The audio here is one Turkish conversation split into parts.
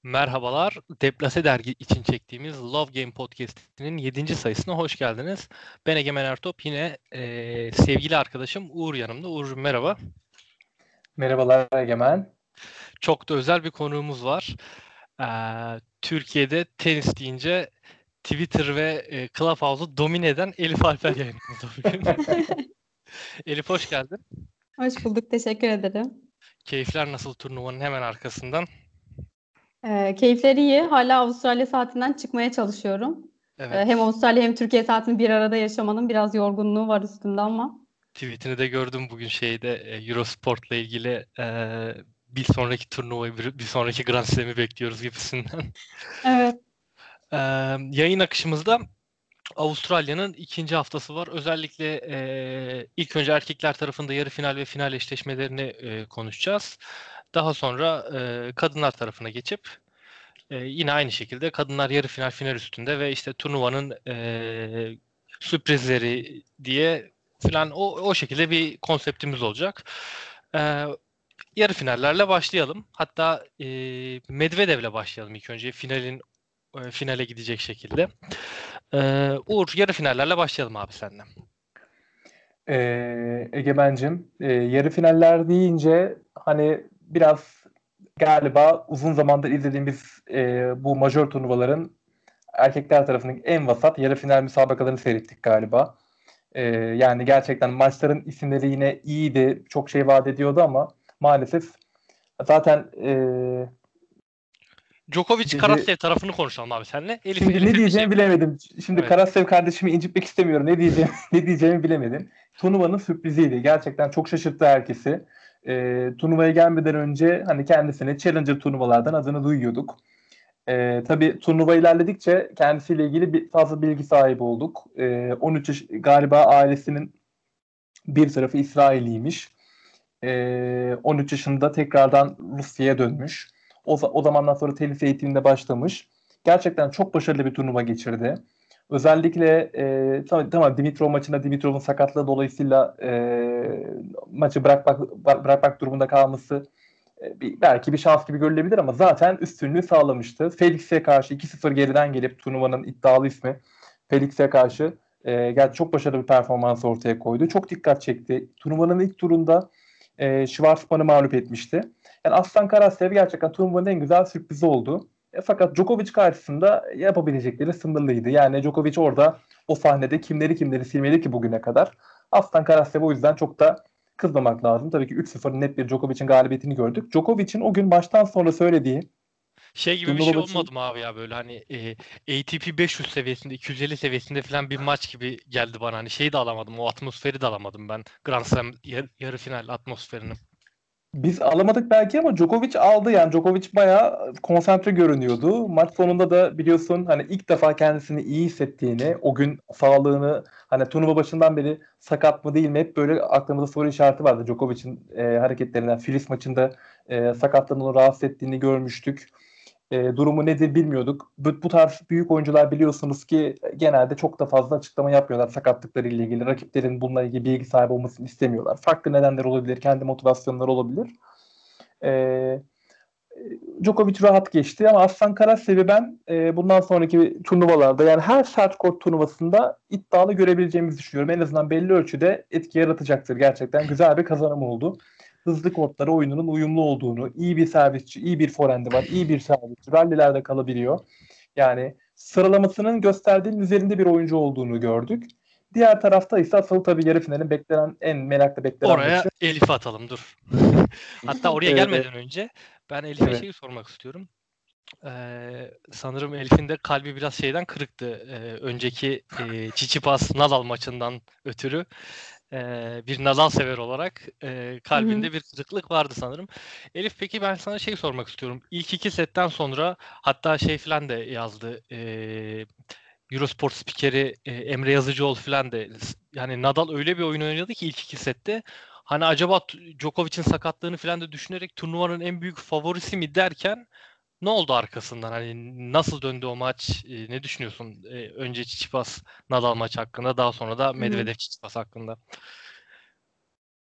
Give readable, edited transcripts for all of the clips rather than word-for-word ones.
Merhabalar. Deplase dergi için çektiğimiz Love Game Podcast'inin 7. sayısına hoş geldiniz. Ben Egemen Ertop. Yine sevgili arkadaşım Uğur yanımda. Uğur merhaba. Merhabalar Egemen. Çok da özel bir konuğumuz var. Türkiye'de tenis deyince Twitter ve Clubhouse'u domine eden Elif Alper yayınımızda bugün. Elif hoş geldin. Hoş bulduk, teşekkür ederim. Keyifler nasıl turnuvanın hemen arkasından? Keyifleri iyi. Hala Avustralya saatinden çıkmaya çalışıyorum. Evet. Hem Avustralya hem Türkiye saatini bir arada yaşamanın biraz yorgunluğu var üstümde ama. Tweetini de gördüm bugün Eurosport'la ilgili bir sonraki turnuvayı, bir sonraki Grand Slam'i bekliyoruz gibisinden. Evet. Yayın akışımızda Avustralya'nın ikinci haftası var. Özellikle ilk önce erkekler tarafında yarı final ve final eşleşmelerini konuşacağız. Daha sonra kadınlar tarafına geçip yine aynı şekilde kadınlar yarı final final üstünde ve işte turnuvanın sürprizleri diye falan o şekilde bir konseptimiz olacak. Yarı finallerle başlayalım. Hatta Medvedev'le başlayalım ilk önce finale gidecek şekilde. Uğur, yarı finallerle başlayalım abi senden. Egemen'cim, yarı finaller deyince hani biraz galiba uzun zamandır izlediğimiz bu majör turnuvaların erkekler tarafının en vasat yarı final müsabakalarını seyrettik galiba. Yani gerçekten maçların isimleri yine iyiydi, çok şey vaat ediyordu ama maalesef zaten Djokovic Karatsev tarafını konuşalım abi seninle. Şimdi ne diyeceğimi bilemedim. Şimdi evet. Karatsev kardeşimi incitmek istemiyorum. Ne diyeceğimi bilemedim. Turnuvanın sürpriziydi. Gerçekten çok şaşırttı herkesi. Turnuvaya gelmeden önce hani kendisini Challenger turnuvalardan adını duyuyorduk. Tabii turnuva ilerledikçe kendisiyle ilgili fazla bilgi sahibi olduk. 13 yaş galiba ailesinin bir tarafı İsrailliymiş. 13 yaşında tekrardan Rusya'ya dönmüş. O zamandan sonra tenis eğitiminde başlamış. Gerçekten çok başarılı bir turnuva geçirdi. Özellikle tamam Dimitrov maçında Dimitrov'un sakatlığı dolayısıyla maçı bırakmak durumunda kalması belki bir şans gibi görülebilir ama zaten üstünlüğü sağlamıştı. Felix'e karşı 2-0 geriden gelip turnuvanın iddialı ismi Felix'e karşı çok başarılı bir performans ortaya koydu. Çok dikkat çekti. Turnuvanın ilk turunda Schwartzman'ı mağlup etmişti. Yani Aslan Karasev gerçekten turnuvanın en güzel sürprizi oldu. Fakat Djokovic karşısında yapabilecekleri sınırlıydı. Yani Djokovic orada o sahnede kimleri silmedi ki bugüne kadar. Aslan Karasev o yüzden çok da kızmamak lazım. Tabii ki 3-0 net bir Djokovic'in galibiyetini gördük. Djokovic'in o gün baştan sonra söylediği gibi bir şey olmadı mı abi ya, böyle hani ATP 500 seviyesinde 250 seviyesinde falan bir maç gibi geldi bana. Hani şeyi de alamadım, o atmosferi de alamadım ben. Grand Slam yarı final atmosferini. Biz alamadık belki ama Djokovic aldı. Yani Djokovic bayağı konsantre görünüyordu. Maç sonunda da biliyorsun hani ilk defa kendisini iyi hissettiğini, o gün sağlığını hani turnuva başından beri sakat mı değil mi hep böyle aklımızda soru işareti vardı Djokovic'in hareketlerinden. Filiz maçında sakatlığının onu rahatsız ettiğini görmüştük. Durumu nedir bilmiyorduk. Bu tarz büyük oyuncular biliyorsunuz ki genelde çok da fazla açıklama yapmıyorlar sakatlıkları ile ilgili. Rakiplerin bununla ilgili bilgi sahibi olmasını istemiyorlar. Farklı nedenler olabilir, kendi motivasyonları olabilir. Djokovic rahat geçti ama Aslan Karasev'i ben bundan sonraki turnuvalarda yani her sert kort turnuvasında iddialı görebileceğimizi düşünüyorum. En azından belli ölçüde etki yaratacaktır. Gerçekten güzel bir kazanım oldu. Hızlı kortlara oyununun uyumlu olduğunu, iyi bir servisçi, iyi bir forendi var, iyi bir servisçi, rallilerde kalabiliyor. Yani sıralamasının gösterdiğinin üzerinde bir oyuncu olduğunu gördük. Diğer tarafta ise asıl tabii yarı finalin en merakla beklenen Oraya maçı. Elif'i atalım, dur. Hatta oraya gelmeden önce ben Elif'e şeyi sormak istiyorum. Sanırım Elif'in de kalbi biraz şeyden kırıktı. Önceki Tsitsipas Nadal maçından ötürü bir Nadal sever olarak kalbinde bir kırıklık vardı sanırım. Elif, peki ben sana şey sormak istiyorum. İlk iki setten sonra hatta şey falan da yazdı. Eurosport spikeri Emre Yazıcıoğlu falan da, yani Nadal öyle bir oyun oynadı ki ilk iki sette. Hani acaba Djokovic'in sakatlığını falan da düşünerek turnuvanın en büyük favorisi mi derken ne oldu arkasından? Hani nasıl döndü o maç? Ne düşünüyorsun? Önce Tsitsipas Nadal maç hakkında, daha sonra da Medvedev Tsitsipas hakkında.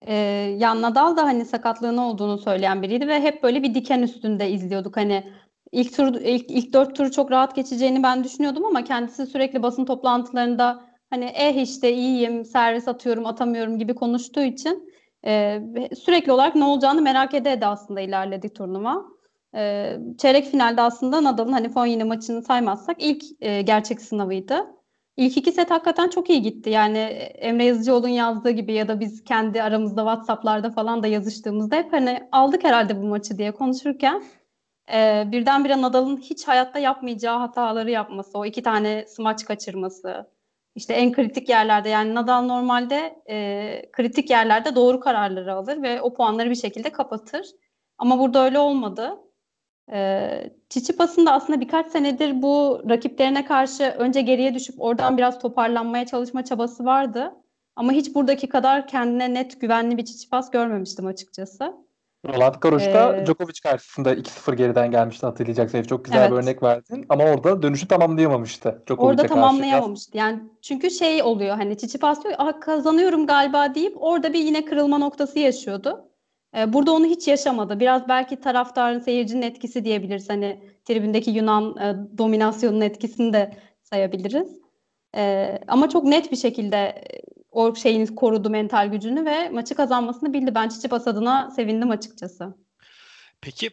Ya Nadal da hani sakatlığının olduğunu söyleyen biriydi ve hep böyle bir diken üstünde izliyorduk. Hani ilk 4 turu çok rahat geçeceğini ben düşünüyordum ama kendisi sürekli basın toplantılarında hani işte iyiyim, servis atıyorum, atamıyorum gibi konuştuğu için sürekli olarak ne olacağını merak ede aslında ilerledi turnuva. Çeyrek finalde aslında Nadal'ın hani Fognini maçını saymazsak ilk gerçek sınavıydı. İlk 2 set hakikaten çok iyi gitti. Yani Emre Yazıcıoğlu'nun yazdığı gibi ya da biz kendi aramızda WhatsApp'larda falan da yazıştığımızda hep hani aldık herhalde bu maçı diye konuşurken birdenbire Nadal'ın hiç hayatta yapmayacağı hataları yapması, o 2 tane smaç kaçırması, işte en kritik yerlerde yani Nadal normalde kritik yerlerde doğru kararları alır ve o puanları bir şekilde kapatır. Ama burada öyle olmadı. Tsitsipas'ın da aslında birkaç senedir bu rakiplerine karşı önce geriye düşüp oradan biraz toparlanmaya çalışma çabası vardı. Ama hiç buradaki kadar kendine net güvenli bir Tsitsipas görmemiştim açıkçası. Roland Garros'ta Ee, Djokovic karşısında 2-0 geriden gelmişti, hatırlayacaksın. Çok güzel bir evet. örnek verdin ama orada dönüşü tamamlayamamıştı Orada Djokovic'e karşı. Biraz tamamlayamamıştı. Yani çünkü şey oluyor hani Tsitsipas diyor kazanıyorum galiba deyip orada bir yine kırılma noktası yaşıyordu. Burada onu hiç yaşamadı. Biraz belki taraftarın, seyircinin etkisi diyebiliriz. Hani tribündeki Yunan dominasyonun etkisini de sayabiliriz. Ama çok net bir şekilde o şeyini korudu, mental gücünü ve maçı kazanmasını bildi. Ben Tsitsipas adına sevindim açıkçası. Peki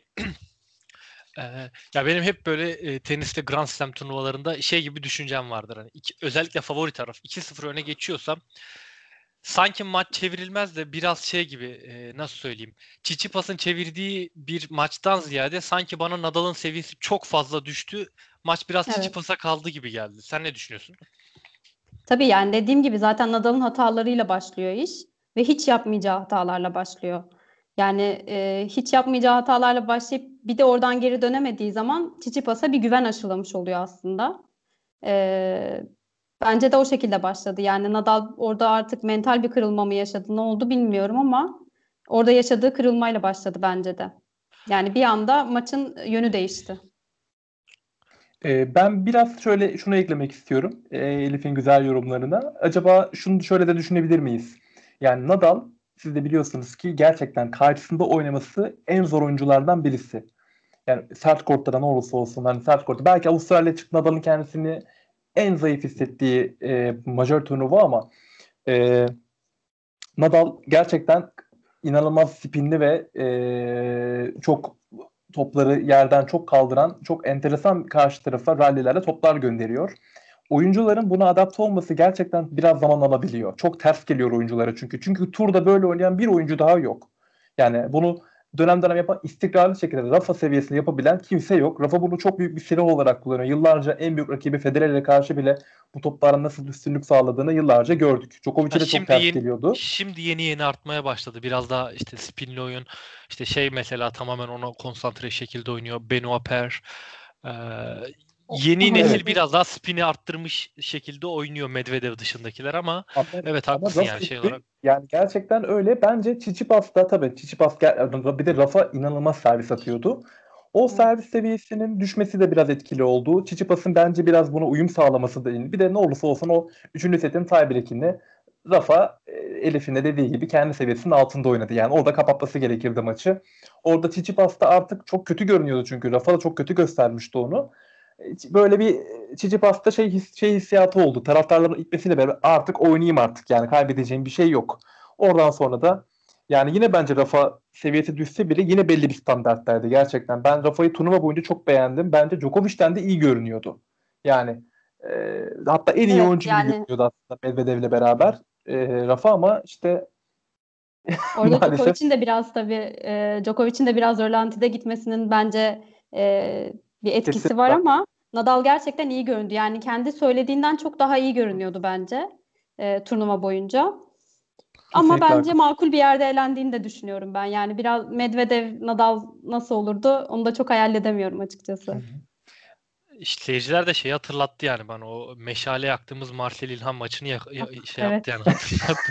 ya benim hep böyle teniste Grand Slam turnuvalarında şey gibi düşüncem vardır. Hani özellikle favori taraf 2-0 öne geçiyorsam sanki maç çevrilmez de biraz şey gibi nasıl söyleyeyim? Tsitsipas'ın çevirdiği bir maçtan ziyade sanki bana Nadal'ın seviyesi çok fazla düştü. Maç biraz Evet. Tsitsipas'a kaldı gibi geldi. Sen ne düşünüyorsun? Tabii yani dediğim gibi zaten Nadal'ın hatalarıyla başlıyor iş ve hiç yapmayacağı hatalarla başlıyor. Yani hiç yapmayacağı hatalarla başlayıp bir de oradan geri dönemediği zaman Tsitsipas'a bir güven aşılamış oluyor aslında. E, Bence de o şekilde başladı. Yani Nadal orada artık mental bir kırılma mı yaşadı, ne oldu bilmiyorum ama orada yaşadığı kırılmayla başladı bence de. Yani bir anda maçın yönü değişti. Ben biraz şöyle şunu eklemek istiyorum Elif'in güzel yorumlarına. Acaba şunu şöyle de düşünebilir miyiz? Yani Nadal, siz de biliyorsunuz ki gerçekten karşısında oynaması en zor oyunculardan birisi. Yani sert kortlara ne olursa olsun, hani sert kortta. Belki Avustralya çıktı, Nadal'ın kendisini en zayıf hissettiği majör turnuva ama e, Nadal gerçekten inanılmaz spinli ve çok topları yerden çok kaldıran, çok enteresan karşı tarafa rallilerle toplar gönderiyor. Oyuncuların buna adapte olması gerçekten biraz zaman alabiliyor. Çok ters geliyor oyunculara çünkü. Çünkü turda böyle oynayan bir oyuncu daha yok. Yani bunu dönem dönem yapan, istikrarlı şekilde Rafa seviyesinde yapabilen kimse yok. Rafa bunu çok büyük bir silah olarak kullanıyor. Yıllarca en büyük rakibi Federer'e karşı bile bu topların nasıl üstünlük sağladığını yıllarca gördük. Ha, Djokovic'e de çok ters geliyordu. şimdi yeni artmaya başladı. Biraz daha işte spinli oyun. İşte şey mesela tamamen ona konsantre şekilde oynuyor. Benoit Paire. Ee, Yeni Evet. nesil biraz daha spini arttırmış şekilde oynuyor Medvedev dışındakiler ama Ama, evet ama haklısın Rafa yani şey üstü, olarak. yani gerçekten öyle. Bence Tsitsipas da tabii bir de Rafa inanılmaz servis atıyordu. O Evet. servis seviyesinin düşmesi de biraz etkili oldu. Tsitsipas'ın bence biraz buna uyum sağlaması da iyi. Bir de ne olursa olsun o 3. setin tiebreak'ini Rafa Elif'in de dediği gibi kendi seviyesinin altında oynadı. Yani orada kapatması gerekirdi maçı. Orada Tsitsipas da artık çok kötü görünüyordu çünkü. Rafa da çok kötü göstermişti onu. Böyle bir Tsitsipas'ta şey hissiyatı oldu. Taraftarların itmesiyle beraber artık oynayayım artık. Yani kaybedeceğim bir şey yok. Oradan sonra da yani yine bence Rafa seviyesi düşse bile yine belli bir standarttaydı gerçekten. Ben Rafa'yı turnuva boyunca çok beğendim. Bence Djokovic'ten de iyi görünüyordu. Yani hatta en iyi Evet oyuncu gibi yani görünüyordu aslında Medvedev'le beraber Rafa ama işte orada maalesef Djokovic'in de biraz rölantide gitmesinin bence bir kesin etkisi var ama Nadal gerçekten iyi göründü. Yani kendi söylediğinden çok daha iyi görünüyordu bence turnuva boyunca. Ama kesinlikle bence haklısın. makul bir yerde eğlendiğini de düşünüyorum ben. Yani biraz Medvedev Nadal nasıl olurdu onu da çok hayal edemiyorum Hı açıkçası. hı. İşleyiciler de şeyi hatırlattı yani bana o meşale yaktığımız Marcel İlhan maçını şey yaptı Evet. yani hatırlattı.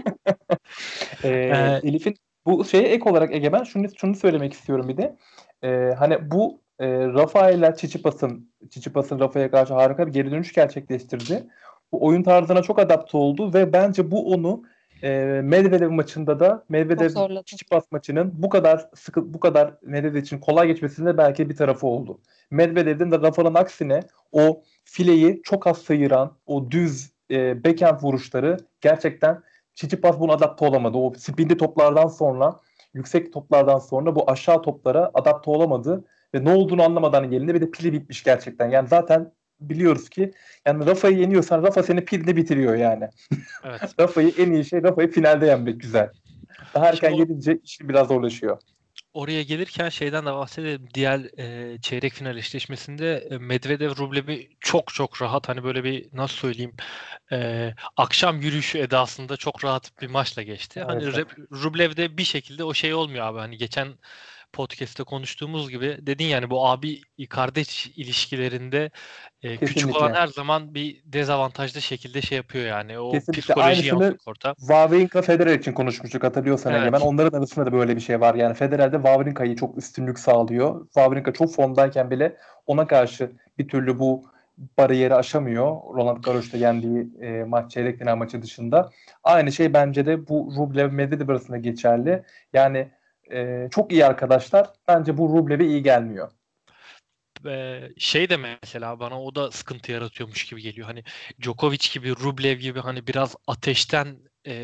Elif'in bu şeye ek olarak Egemen şunu söylemek istiyorum bir de. Hani bu Rafael'le Tsitsipas'ın Rafa'ya karşı harika bir geri dönüş gerçekleştirdi. Bu oyun tarzına çok adapte oldu ve bence bu onu Medvedev maçında da Çok Medvedev zorladı. Tsitsipas maçının bu kadar Medvedev için kolay geçmesinde belki bir tarafı oldu. Medvedev'in de Rafa'nın aksine o fileyi çok az sıyıran o düz backhand vuruşları gerçekten Tsitsipas buna adapte olamadı. O spinli toplardan sonra, yüksek toplardan sonra bu aşağı toplara adapte olamadı ve ne olduğunu anlamadan gelindi. Bir de pili bitmiş gerçekten. Yani zaten biliyoruz ki yani Rafa'yı yeniyorsan Rafa seni pilini bitiriyor yani. Evet. Rafa'yı finalde yenmek güzel. Daha erken Şimdi gelince işi biraz zorlaşıyor. oraya gelirken şeyden de bahsedelim. Diğer çeyrek final eşleşmesinde Medvedev Rublev'i çok çok rahat, hani böyle bir, nasıl söyleyeyim, akşam yürüyüşü edasında çok rahat bir maçla geçti. Hani Maalesef. Rublev'de bir şekilde o şey olmuyor abi. Hani geçen podcast'te konuştuğumuz gibi dedin, yani bu abi kardeş ilişkilerinde küçük olan Kesinlikle. her zaman bir dezavantajlı şekilde şey yapıyor yani. O Kesinlikle psikoloji aynısını yansıyor orada. Wawrinka Federer için konuşmuştuk hatırlıyorsan Egemen. Evet. Onların arasında da böyle bir şey var. Yani Federer de Wawrinka'yı çok üstünlük sağlıyor. Wawrinka çok formdayken bile ona karşı bir türlü bu bariyeri aşamıyor. Roland Garros'ta yendiği çeyrek final maçı dışında. Aynı şey bence de bu Rublev Medvedev arasında geçerli. Yani çok iyi arkadaşlar. Bence bu Rublev'e iyi gelmiyor. Şey de mesela bana o da sıkıntı yaratıyormuş gibi geliyor. Hani Djokovic gibi, Rublev gibi, hani biraz ateşten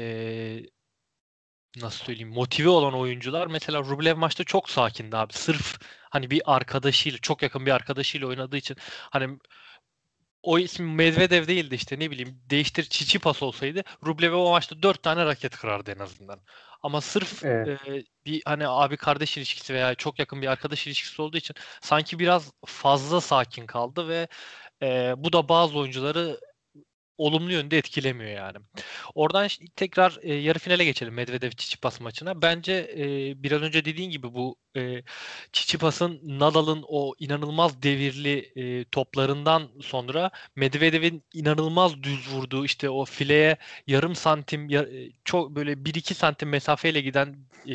nasıl söyleyeyim, motive olan oyuncular. Mesela Rublev maçta çok sakindi abi. Sırf hani bir arkadaşıyla, çok yakın bir arkadaşıyla oynadığı için, hani o ismi Medvedev değildi, işte ne bileyim, değiştir Tsitsipas olsaydı Rublev o maçta 4 tane raket kırardı en azından. Ama sırf Evet. bir hani abi kardeş ilişkisi veya çok yakın bir arkadaş ilişkisi olduğu için sanki biraz fazla sakin kaldı ve bu da bazı oyuncuları olumlu yönde etkilemiyor yani. Oradan tekrar yarı finale geçelim, Medvedev-Tsitsipas maçına. Bence biraz önce dediğin gibi bu Tsitsipas'ın Nadal'ın o inanılmaz devirli toplarından sonra Medvedev'in inanılmaz düz vurduğu, işte o fileye yarım santim çok böyle 1-2 santim mesafeyle giden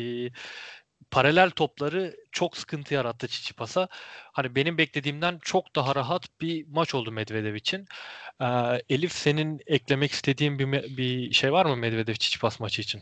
paralel topları çok sıkıntı yarattı Tsitsipas'a. Hani benim beklediğimden çok daha rahat bir maç oldu Medvedev için. Elif, senin eklemek istediğin bir şey var mı Medvedev-Tsitsipas maçı için?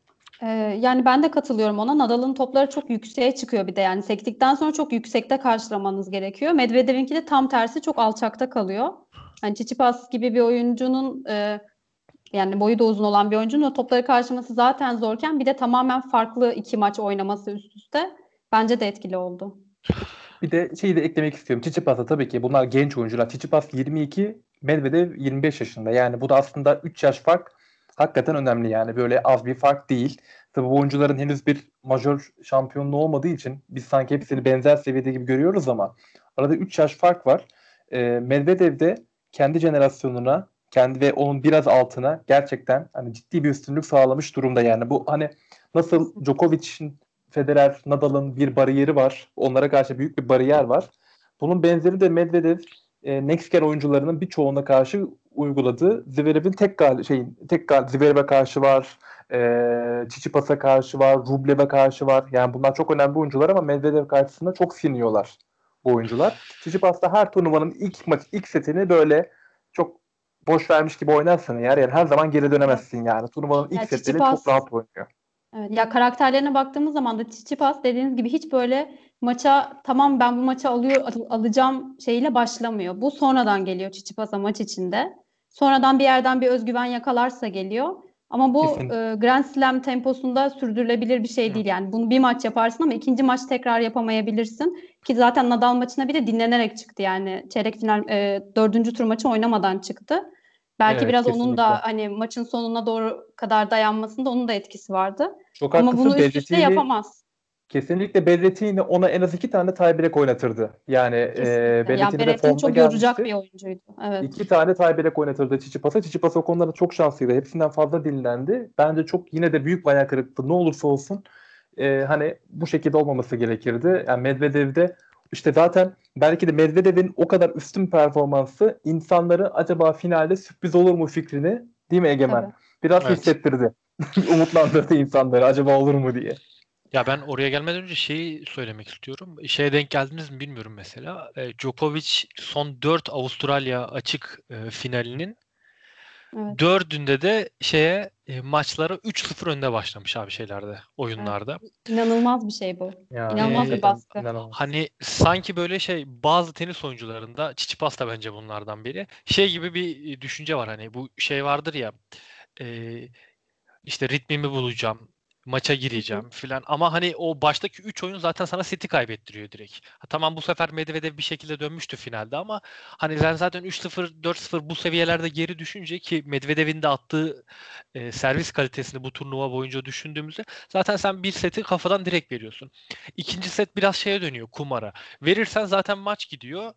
Yani ben de katılıyorum ona. Nadal'ın topları çok yükseğe çıkıyor bir de, yani sektikten sonra çok yüksekte karşılamanız gerekiyor. Medvedev'inki de tam tersi, çok alçakta kalıyor. Hani Tsitsipas gibi bir oyuncunun yani boyu da uzun olan bir oyuncunun o topları karşılaması zaten zorken bir de tamamen farklı iki maç oynaması üst üste bence de etkili oldu. Bir de şeyi de eklemek istiyorum. Tsitsipas'a tabii ki bunlar genç oyuncular. Tsitsipas 22, Medvedev 25 yaşında. Yani bu da aslında 3 yaş fark hakikaten önemli yani. Böyle az bir fark değil. Tabii bu oyuncuların henüz bir majör şampiyonluğu olmadığı için biz sanki hepsini benzer seviyede gibi görüyoruz ama arada 3 yaş fark var. Medvedev de kendi jenerasyonuna, kendi ve onun biraz altına gerçekten hani ciddi bir üstünlük sağlamış durumda yani. Bu hani nasıl Djokovic'in, Federer, Nadal'ın bir bariyeri var. Onlara karşı büyük bir bariyer var. Bunun benzeri de Medvedev next gen oyuncularının birçoğuna karşı uyguladığı. Zverev'in Zverev'e karşı var. Tsitsipas'a karşı var. Rublev'e karşı var. Yani bunlar çok önemli oyuncular ama Medvedev karşısında çok siniyorlar bu oyuncular. Tsitsipas da her turnuvanın ilk setini böyle çok boş vermiş gibi oynarsan eğer yani her zaman geri Evet. dönemezsin yani. Turnuvanın ilk Yani setlerini çok Tsitsipas, rahat oynuyor. evet, ya karakterlerine baktığımız zaman da Tsitsipas dediğiniz gibi hiç böyle maça tamam ben bu maçı alacağım şeyle başlamıyor. Bu sonradan geliyor Tsitsipas'a maç içinde. Sonradan bir yerden bir özgüven yakalarsa geliyor. Ama bu Kesin. Grand Slam temposunda sürdürülebilir bir şey değil. Yani bunu bir maç yaparsın ama ikinci maç tekrar yapamayabilirsin. Ki zaten Nadal maçına bir de dinlenerek çıktı yani. Çeyrek final dördüncü tur maçı oynamadan çıktı. Belki Evet, biraz onun kesinlikle. da hani maçın sonuna doğru kadar dayanmasında onun da etkisi vardı. Çok Ama bunu haklısın. üst üste yapamaz. Kesinlikle Berrettini ona en az 2 tane tiebreak oynatırdı. Yani Kesinlikle. Yani Berrettini de Berrettini formda çok yoracak gelmişti. bir oyuncuydu. Evet. 2 tane tiebreak oynatırdı Tsitsipas'a. Tsitsipas o konularda çok şanslıydı. Hepsinden fazla dinlendi. Bence çok yine de büyük bayağı kırıktı. Ne olursa olsun hani bu şekilde olmaması gerekirdi. Yani Medvedev'de işte zaten belki de Medvedev'in o kadar üstün performansı insanları acaba finalde sürpriz olur mu fikrini, değil mi Egemen? Tabii. Biraz Evet. hissettirdi. Umutlandırdı insanları acaba olur mu diye. Ya ben oraya gelmeden önce şeyi söylemek istiyorum. Şeye denk geldiniz mi bilmiyorum mesela. Djokovic son 4 Avustralya açık finalinin Evet. Dördünde de maçlara 3-0 önde başlamış abi oyunlarda. İnanılmaz bir şey bu. Ya İnanılmaz bir hakikaten baskı. inanılmaz. Hani sanki böyle bazı tenis oyuncularında Tsitsipas da bence bunlardan biri. Gibi bir düşünce var, hani bu vardır ya, e, işte ritmimi bulacağım, maça Hı hı. gireceğim filan, ama hani o baştaki 3 oyun zaten sana seti kaybettiriyor direkt. Ha, tamam, bu sefer Medvedev bir şekilde dönmüştü finalde, ama hani sen zaten 3-0 4-0 bu seviyelerde geri düşünce, ki Medvedev'in de attığı servis kalitesini bu turnuva boyunca düşündüğümüzde zaten sen bir seti kafadan direkt veriyorsun. İkinci set biraz dönüyor, kumara. Verirsen zaten maç gidiyor.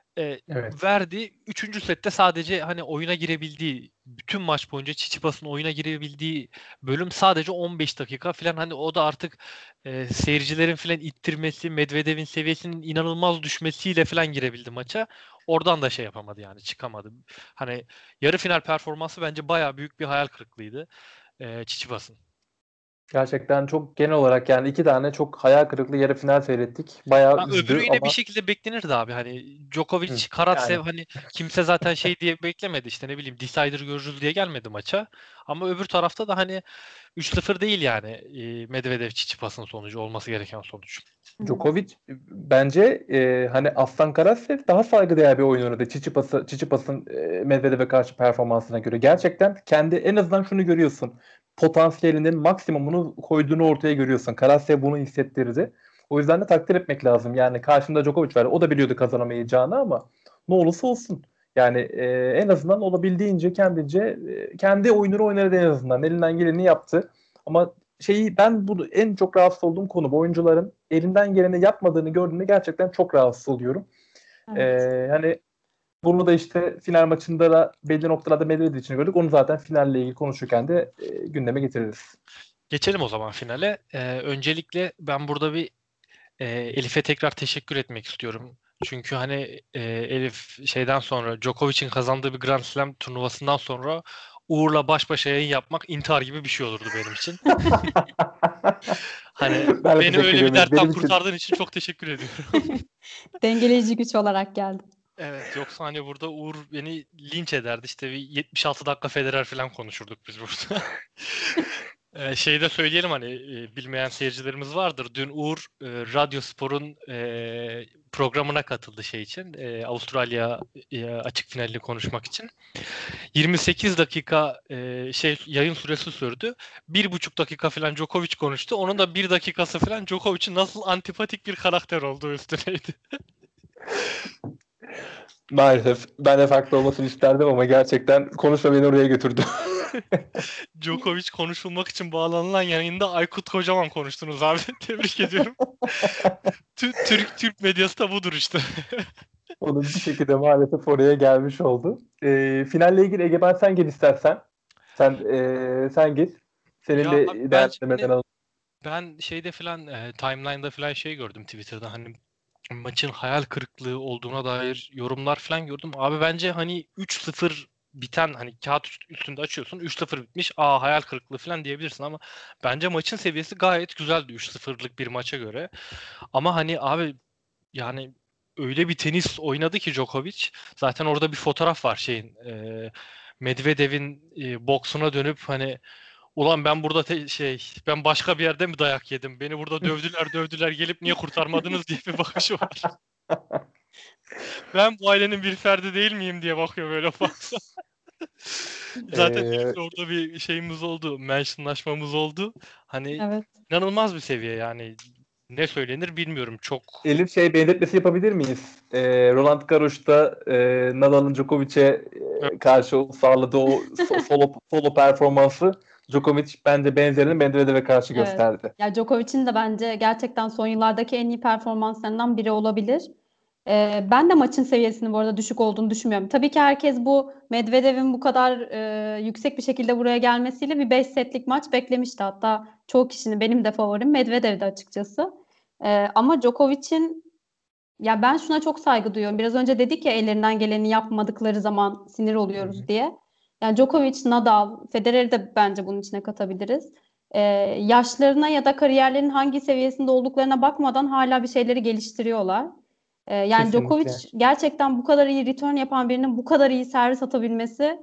Evet. Verdi. Üçüncü sette sadece hani oyuna girebildiği, bütün maç boyunca Tsitsipas'ın oyuna girebildiği bölüm sadece 15 dakika falan. Hani o da artık seyircilerin falan ittirmesi, Medvedev'in seviyesinin inanılmaz düşmesiyle falan girebildi maça. Oradan da yapamadı, yani çıkamadı. Hani yarı final performansı bence bayağı büyük bir hayal kırıklığıydı Tsitsipas'ın. Gerçekten çok genel olarak yani iki tane çok hayal kırıklığı yarı final seyrettik. Bayağı Ha, öbürü üzdü yine bir ama şekilde beklenirdi abi. Hani Djokovic, hı, Karatsev, yani hani kimse zaten diye beklemedi, işte ne bileyim decider görürüz diye gelmedi maça. Ama öbür tarafta da hani 3-0 değil yani, Medvedev Tsitsipas'ın sonucu olması gereken sonuç. Evet. Djokovic bence hani Aslan Karatsev daha saygıdeğer bir oyun oynadı. Tsitsipas'ın Medvedev'e karşı performansına göre. Gerçekten kendi en azından şunu görüyorsun. Potansiyelinin maksimumunu koyduğunu ortaya görüyorsun. Karatsev bunu hissettirdi. O yüzden de takdir etmek lazım. Yani karşında Djokovic var. O da biliyordu kazanamayacağını ama ne olursa olsun. Yani en azından olabildiğince kendince kendi oyununu oynadı en azından. Elinden geleni yaptı. Ama ben bu en çok rahatsız olduğum konu bu oyuncuların elinden geleni yapmadığını gördüğümde gerçekten çok rahatsız oluyorum. Evet. Hani bunu da işte final maçında da belli noktalarda Medvedev için gördük. Onu zaten finalle ilgili konuşurken de gündeme getiririz. Geçelim o zaman finale. Öncelikle ben burada bir Elif'e tekrar teşekkür etmek istiyorum. Çünkü hani Elif sonra, Djokovic'in kazandığı bir Grand Slam turnuvasından sonra Uğur'la baş başa yayın yapmak intihar gibi bir şey olurdu benim için. Hani Ben de beni teşekkür öyle bir ediyorum. dertten Benim için kurtardığın için çok teşekkür ediyorum. Dengeleyici güç olarak geldim. Evet, yoksa hani burada Uğur beni linç ederdi. İşte bir 76 dakika Federer falan konuşurduk biz burada. De söyleyelim, hani bilmeyen seyircilerimiz vardır. Dün Uğur Radyo Spor'un programına katıldı için. Avustralya açık finalini konuşmak için. 28 dakika yayın süresi sürdü. 1,5 dakika falan Djokovic konuştu. Onun da 1 dakikası falan Djokovic'in nasıl antipatik bir karakter olduğu üstüneydi. maalesef ben de farklı olmasını isterdim ama gerçekten konuşma beni oraya götürdü. Djokovic konuşulmak için bağlanılan yayında Aykut Kocaman konuştunuz abi. Tebrik ediyorum. Türk medyası da budur işte. Onun bir şekilde maalesef oraya gelmiş oldu. Finalle ilgili Egemen sen gel istersen. Sen git. Senin Ya de abi, değerlendirmeden alalım. ben falan timeline'da falan gördüm Twitter'da, hani maçın hayal kırıklığı olduğuna dair yorumlar falan gördüm. Abi bence hani 3-0 biten, hani kağıt üstünde açıyorsun 3-0 bitmiş, hayal kırıklığı falan diyebilirsin, ama bence maçın seviyesi gayet güzeldi 3-0'lık bir maça göre. Ama hani abi, yani öyle bir tenis oynadı ki Djokovic. Zaten orada bir fotoğraf var Medvedev'in boksuna dönüp hani, ulan ben burada ben başka bir yerde mi dayak yedim? Beni burada dövdüler gelip niye kurtarmadınız diye bir bakışı var. Ben bu ailenin bir ferdi değil miyim diye bakıyor böyle baksa. Zaten Ee, Elif'le orada bir şeyimiz oldu. Mentionlaşmamız oldu. Hani Evet. inanılmaz bir seviye yani. Ne söylenir bilmiyorum. Çok. Elif benzetmesi yapabilir miyiz? Roland Garros'ta Nadal'ın Djokovic'e karşı sağladığı o solo performansı Djokovic bence benzerini Medvedev'e karşı Evet. gösterdi. Ya Djokovic'in de bence gerçekten son yıllardaki en iyi performanslarından biri olabilir. Ben de maçın seviyesinin bu arada düşük olduğunu düşünmüyorum. Tabii ki herkes bu Medvedev'in bu kadar yüksek bir şekilde buraya gelmesiyle bir 5 setlik maç beklemişti. Hatta çoğu kişinin, benim de favorim Medvedev'di açıkçası. Ama Djokovic'in, ya ben şuna çok saygı duyuyorum. Biraz önce dedik ya, ellerinden geleni yapmadıkları zaman sinir Hı hı. oluyoruz diye. Yani Djokovic, Nadal, Federer'i de bence bunun içine katabiliriz. Ee, Yaşlarına ya da kariyerlerinin hangi seviyesinde olduklarına bakmadan hala bir şeyleri geliştiriyorlar. Yani Djokovic Kesinlikle. gerçekten bu kadar iyi return yapan birinin bu kadar iyi servis atabilmesi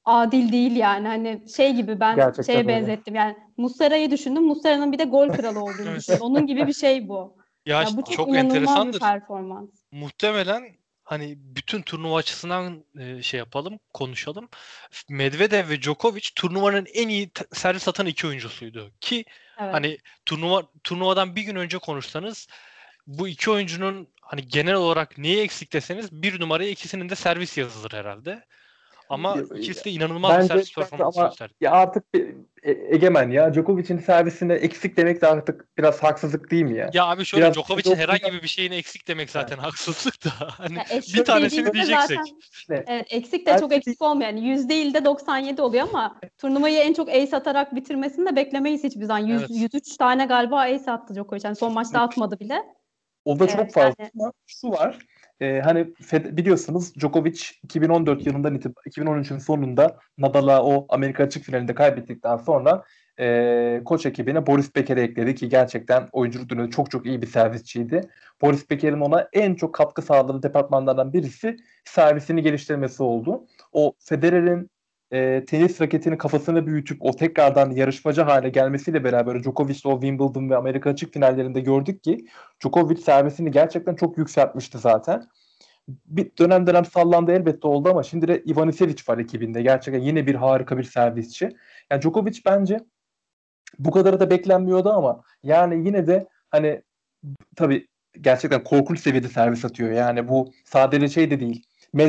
adil değil yani. Hani şey gibi ben Gerçekten şeye öyle. benzettim. Yani Muslera'yı düşündüm. Muslera'nın bir de gol kralı olduğunu Evet. düşündüm. Onun gibi bir şey bu. Ya Ya bu çok çok inanılmaz bir enteresandır. performans. Muhtemelen hani bütün turnuva açısından şey yapalım, konuşalım. Medvedev ve Djokovic turnuvanın en iyi servis atan iki oyuncusuydu. Ki Evet. hani turnuvadan bir gün önce konuşsanız bu iki oyuncunun hani genel olarak neyi eksik deseniz bir numaraya ikisinin de servis yazılır herhalde. Ama ikisi de inanılmaz bir Bence servis biraz performansı ama gösterdi. ya artık Egemen ya Djokovic'in servisinde eksik demek de artık biraz haksızlık değil mi ya? Ya abi şöyle Biraz Djokovic'in herhangi bir şeyini eksik demek zaten haksızlık da. Hani Ya bir eksik tanesini dediğimizde diyeceksek. zaten ne? evet, eksik de çok eksik olmuyor. Yani %'de 97 oluyor ama turnuvayı en çok ace atarak bitirmesini de beklemeyiz hiçbir zaman. Evet. 103 tane galiba ace attı Djokovic. Yani son maçta atmadı bile. O da çok fazla Yani ama şu var. Hani biliyorsunuz Djokovic 2014 yılından itibaren 2013'ün sonunda Nadal'a o Amerika açık finalinde kaybettikten sonra koç ekibine Boris Becker'i ekledi ki gerçekten oyunculuk döneminde çok çok iyi bir servisçiydi. Boris Becker'in ona en çok katkı sağladığı departmanlardan birisi servisini geliştirmesi oldu. O Federer'in tenis raketini kafasına büyütüp o tekrardan yarışmacı hale gelmesiyle beraber Djokovic o Wimbledon ve Amerika açık finallerinde gördük ki Djokovic servisini gerçekten çok yükseltmişti zaten. Bir dönem dönem sallandı elbette oldu ama şimdi de Ivanisevic var ekibinde. Gerçekten yine bir harika bir servisçi. Yani Djokovic bence bu kadarı da beklenmiyordu ama yani yine de hani tabii gerçekten korkunç seviyede servis atıyor. Yani bu sadece şey de değil.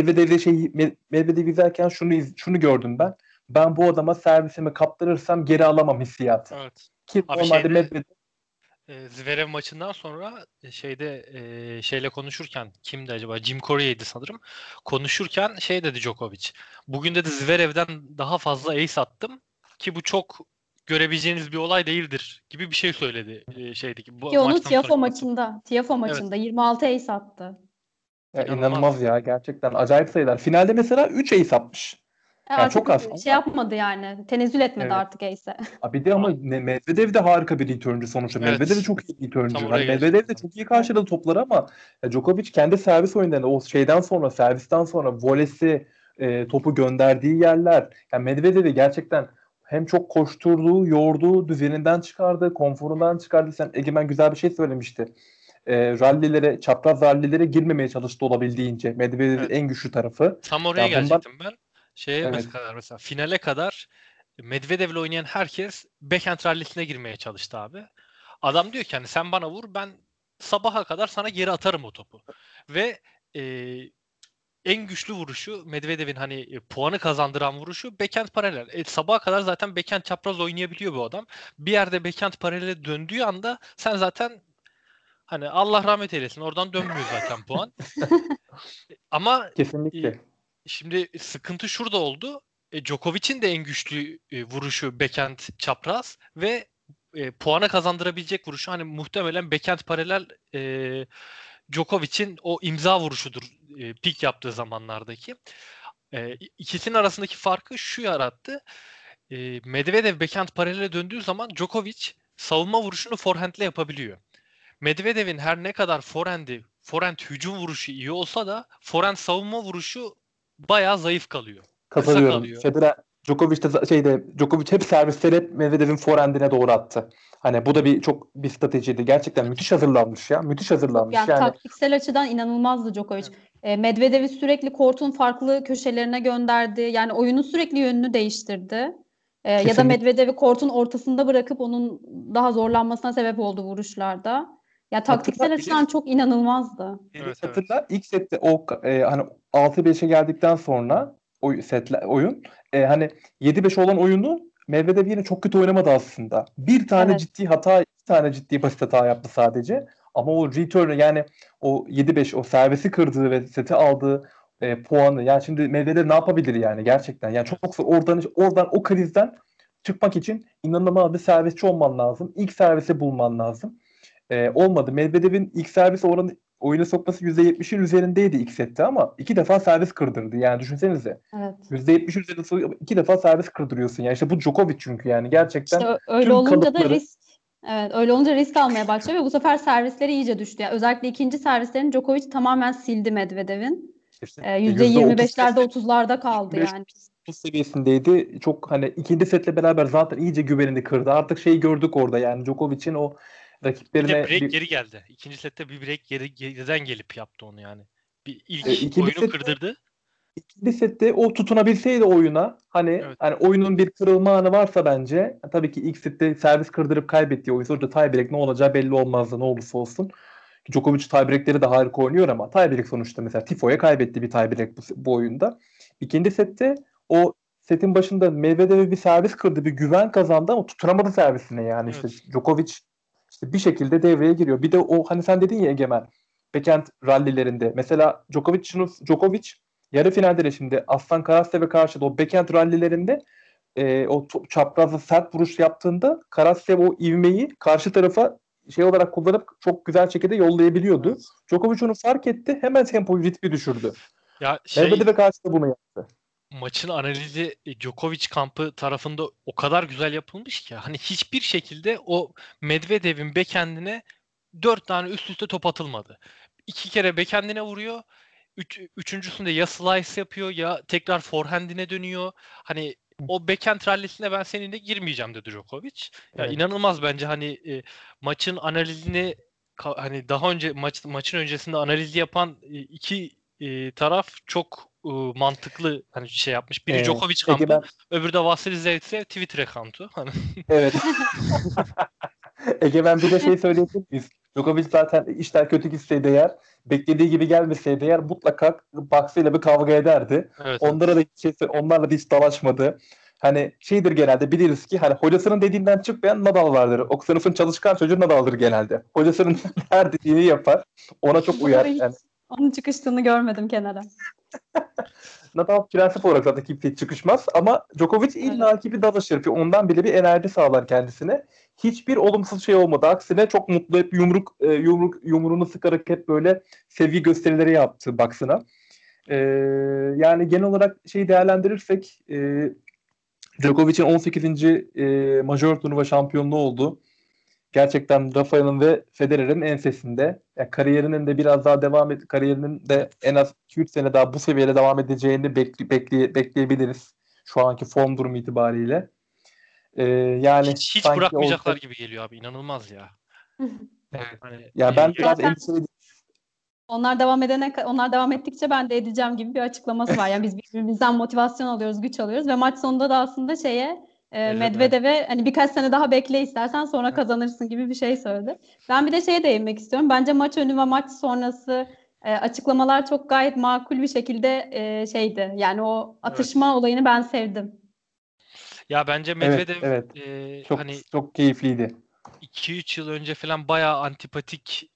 Medvedev'i izlerken şunu gördüm ben. Ben bu adama servisimi kaptırırsam geri alamam hissiyatı. Evet. Ki Abi normalde Medvedev Zverev maçından sonra şeyle konuşurken kimdi acaba? Jim Courier'di sanırım. Konuşurken şey dedi Djokovic. Bugün dedi Zverev'den daha fazla ace attım ki bu çok görebileceğiniz bir olay değildir gibi bir şey söyledi şeydeki bu ki onu maçtan sonraki maçta. Tiafoe Evet, maçında 26 ace attı. ya inanılmaz. inanılmaz ya gerçekten acayip sayılar. Finalde mesela 3 ace atmış. Yani Artık çok az şey ama yapmadı yani. Tenezzül etmedi evet. artık ace'e. Bir de ama Medvedev de harika bir returncu sonuçta. Medvedev de Evet. çok iyi Tam returncu. Hani oraya Medvedev de gelecektim. çok iyi karşıladı topları ama Djokovic kendi servis oyunlarında o şeyden sonra servisten sonra volesi topu gönderdiği yerler. Yani Medvedev'i gerçekten hem çok koşturduğu, yorduğu, düzeninden çıkardı, konforundan çıkardı. Sen Egemen güzel bir şey söylemişti. Çapraz rallilere girmemeye çalıştı olabildiğince. Medvedev'in Evet. en güçlü tarafı. Tam oraya Ya bundan gelecektim ben. Şeye evet. mesela finale kadar Medvedev'le oynayan herkes backhand rallisine girmeye çalıştı abi. Adam diyor ki hani sen bana vur ben sabaha kadar sana geri atarım o topu. Ve e, en güçlü vuruşu Medvedev'in hani puanı kazandıran vuruşu backhand paralel. Sabaha kadar zaten backhand çapraz oynayabiliyor bu adam. Bir yerde backhand paralele döndüğü anda sen zaten hani Allah rahmet eylesin oradan dönmüyor zaten puan. Ama e, Kesinlikle. şimdi sıkıntı şurada oldu. Djokovic'in de en güçlü vuruşu backhand çapraz ve puana kazandırabilecek vuruşu hani muhtemelen backhand paralel Djokovic'in o imza vuruşudur pik yaptığı zamanlardaki. İkisinin arasındaki farkı şu yarattı. Medvedev backhand paralele döndüğü zaman Djokovic savunma vuruşunu forehand'le yapabiliyor. Medvedev'in her ne kadar forehand hücum vuruşu iyi olsa da forehand savunma vuruşu bayağı zayıf kalıyor. Kısa Katılıyorum. kalıyor. Djokovic hep servisleri hep Medvedev'in forehand'ine doğru attı. Hani bu da bir stratejiydi. Gerçekten Evet. müthiş hazırlanmış ya. Müthiş Çok hazırlanmış. yani Yani taktiksel açıdan inanılmazdı Djokovic. Evet. Medvedev'i sürekli kortun farklı köşelerine gönderdi. Yani oyunun sürekli yönünü değiştirdi. Ya da kesinlikle. Medvedev'i kortun ortasında bırakıp onun daha zorlanmasına sebep oldu vuruşlarda. Ya Hatırla taktiksel Elif, açıdan çok inanılmazdı. Elif Evet, evet. hatırla ilk sette hani 6-5'e geldikten sonra oyun hani 7-5 olan oyunu Medvedev yine çok kötü oynamadı aslında. Evet. İki tane ciddi basit hata yaptı sadece. Ama o return'ı yani o 7-5 o servisi kırdığı ve seti aldığı puanı yani şimdi Medvedev ne yapabilir yani gerçekten. Yani Evet. çok zor. Oradan o krizden çıkmak için inanılmaz bir servisçi olman lazım. İlk servisi bulman lazım. Olmadı. Medvedev'in ilk servis oyuna sokması %70'in üzerindeydi ilk sette ama iki defa servis kırdırdı. Yani düşünsenize. Evet. %70 üzerinde iki defa servis kırdırıyorsun. Yani işte bu Djokovic çünkü yani gerçekten İşte öyle tüm olunca da kalıpları öyle olunca risk almaya başlıyor ve bu sefer servisleri iyice düştü. Yani özellikle ikinci servislerini Djokovic tamamen sildi Medvedev'in. kesinlikle %30 %25'lerde 30'larda kaldı 25 yani. 30 seviyesindeydi. Çok hani ikinci setle beraber zaten iyice güvenini kırdı. Artık şeyi gördük orada yani Djokovic'in o Bir de rakiplerine break geri geldi. İkinci sette bir break geriden gelip yaptı onu yani. Bir ilk ikinci oyunu sette kırdırdı. İkinci sette o tutunabilseydi oyuna Evet. hani oyunun bir kırılma anı varsa bence tabii ki ilk sette servis kırdırıp kaybettiği oyun sonuçta tiebreak ne olacağı belli olmazdı ne olursa olsun. Djokovic tiebreak'leri de harika oynuyor ama tiebreak sonuçta mesela Tifo'ya kaybetti bir tiebreak bu oyunda. İkinci sette o setin başında Medvedev'e bir servis kırdı, bir güven kazandı ama tutunamadı servisine yani işte Evet. Djokovic işte bir şekilde devreye giriyor. Bir de o hani sen dedin ya Egemen backhand rallilerinde mesela Djokovic yarı finalde de şimdi Aslan Karasev'e karşı da o backhand rallilerinde çaprazlı sert vuruş yaptığında Karasev o ivmeyi karşı tarafa şey olarak kullanıp çok güzel şekilde yollayabiliyordu. Evet. Djokovic onu fark etti. Hemen tempoyu ritmi düşürdü. Ya Medvedev'e karşı da bunu yaptı. maçın analizi Djokovic kampı tarafında o kadar güzel yapılmış ki hani hiçbir şekilde o Medvedev'in backhand'ine 4 tane üst üste top atılmadı. 2 kere backhand'ine vuruyor. Üçüncüsünde ya slice yapıyor ya tekrar forehand'ine dönüyor. Hani o backhand rallisine ben seninle girmeyeceğim dedi Djokovic. Ya Evet. inanılmaz bence hani maçın analizini hani daha önce maçın öncesinde analizi yapan iki taraf çok mantıklı hani şey yapmış. Biri Djokovic kampı, Egemen öbürü de Vasily Zaitsev Twitter account'u. Hani evet. Egemen bir de şey söyleyebilir miyiz? Djokovic zaten işler kötü gitseydi eğer beklediği gibi gelmeseydi eğer mutlaka Bucks'ıyla bir kavga ederdi. evet, Onlara evet. da onlarla da hiç dalaşmadı. Hani şeydir genelde biliriz ki hani hocasının dediğinden çıkmayan Nadal vardır. O sınıfın çalışkan çocuğu Nadal'dır genelde. Hocasının her dediğini yapar. Ona çok Doğru, uyar. hiç Yani onun çıkıştığını görmedim kenara. Nadal prensip olarak zaten kimseye çıkışmaz ama Djokovic Evet. illaki bir dalaşır. Ondan bile bir enerji sağlar kendisine. Hiçbir olumsuz şey olmadı. Aksine çok mutlu hep yumruğunu sıkarak hep böyle sevgi gösterileri yaptı baksına. Ee, yani genel olarak şeyi değerlendirirsek Djokovic'in 18. majör turnuva şampiyonluğu oldu. Gerçekten Rafael'in ve Federer'in ensesinde. Yani kariyerinin de Evet. en az 2-3 sene daha bu seviyede devam edeceğini bekleyebiliriz. Şu anki form durumu itibariyle. Yani Hiç sanki bırakmayacaklar orada gibi geliyor abi. İnanılmaz ya. evet. Hani Yani ben biraz Zaten endişeliyim. onlar devam ettikçe ben de edeceğim gibi bir açıklaması var. Yani biz birbirimizden motivasyon alıyoruz, güç alıyoruz ve maç sonunda da aslında evet. Medvedev'e hani birkaç sene daha bekle istersen sonra kazanırsın gibi bir şey söyledi. Ben bir de şeye değinmek istiyorum. Bence maç önü ve maç sonrası açıklamalar çok gayet makul bir şekilde şeydi. Yani o Evet. atışma olayını ben sevdim. Ya bence Evet, Medvedev evet. Çok hani çok keyifliydi. 2-3 yıl önce falan bayağı antipatik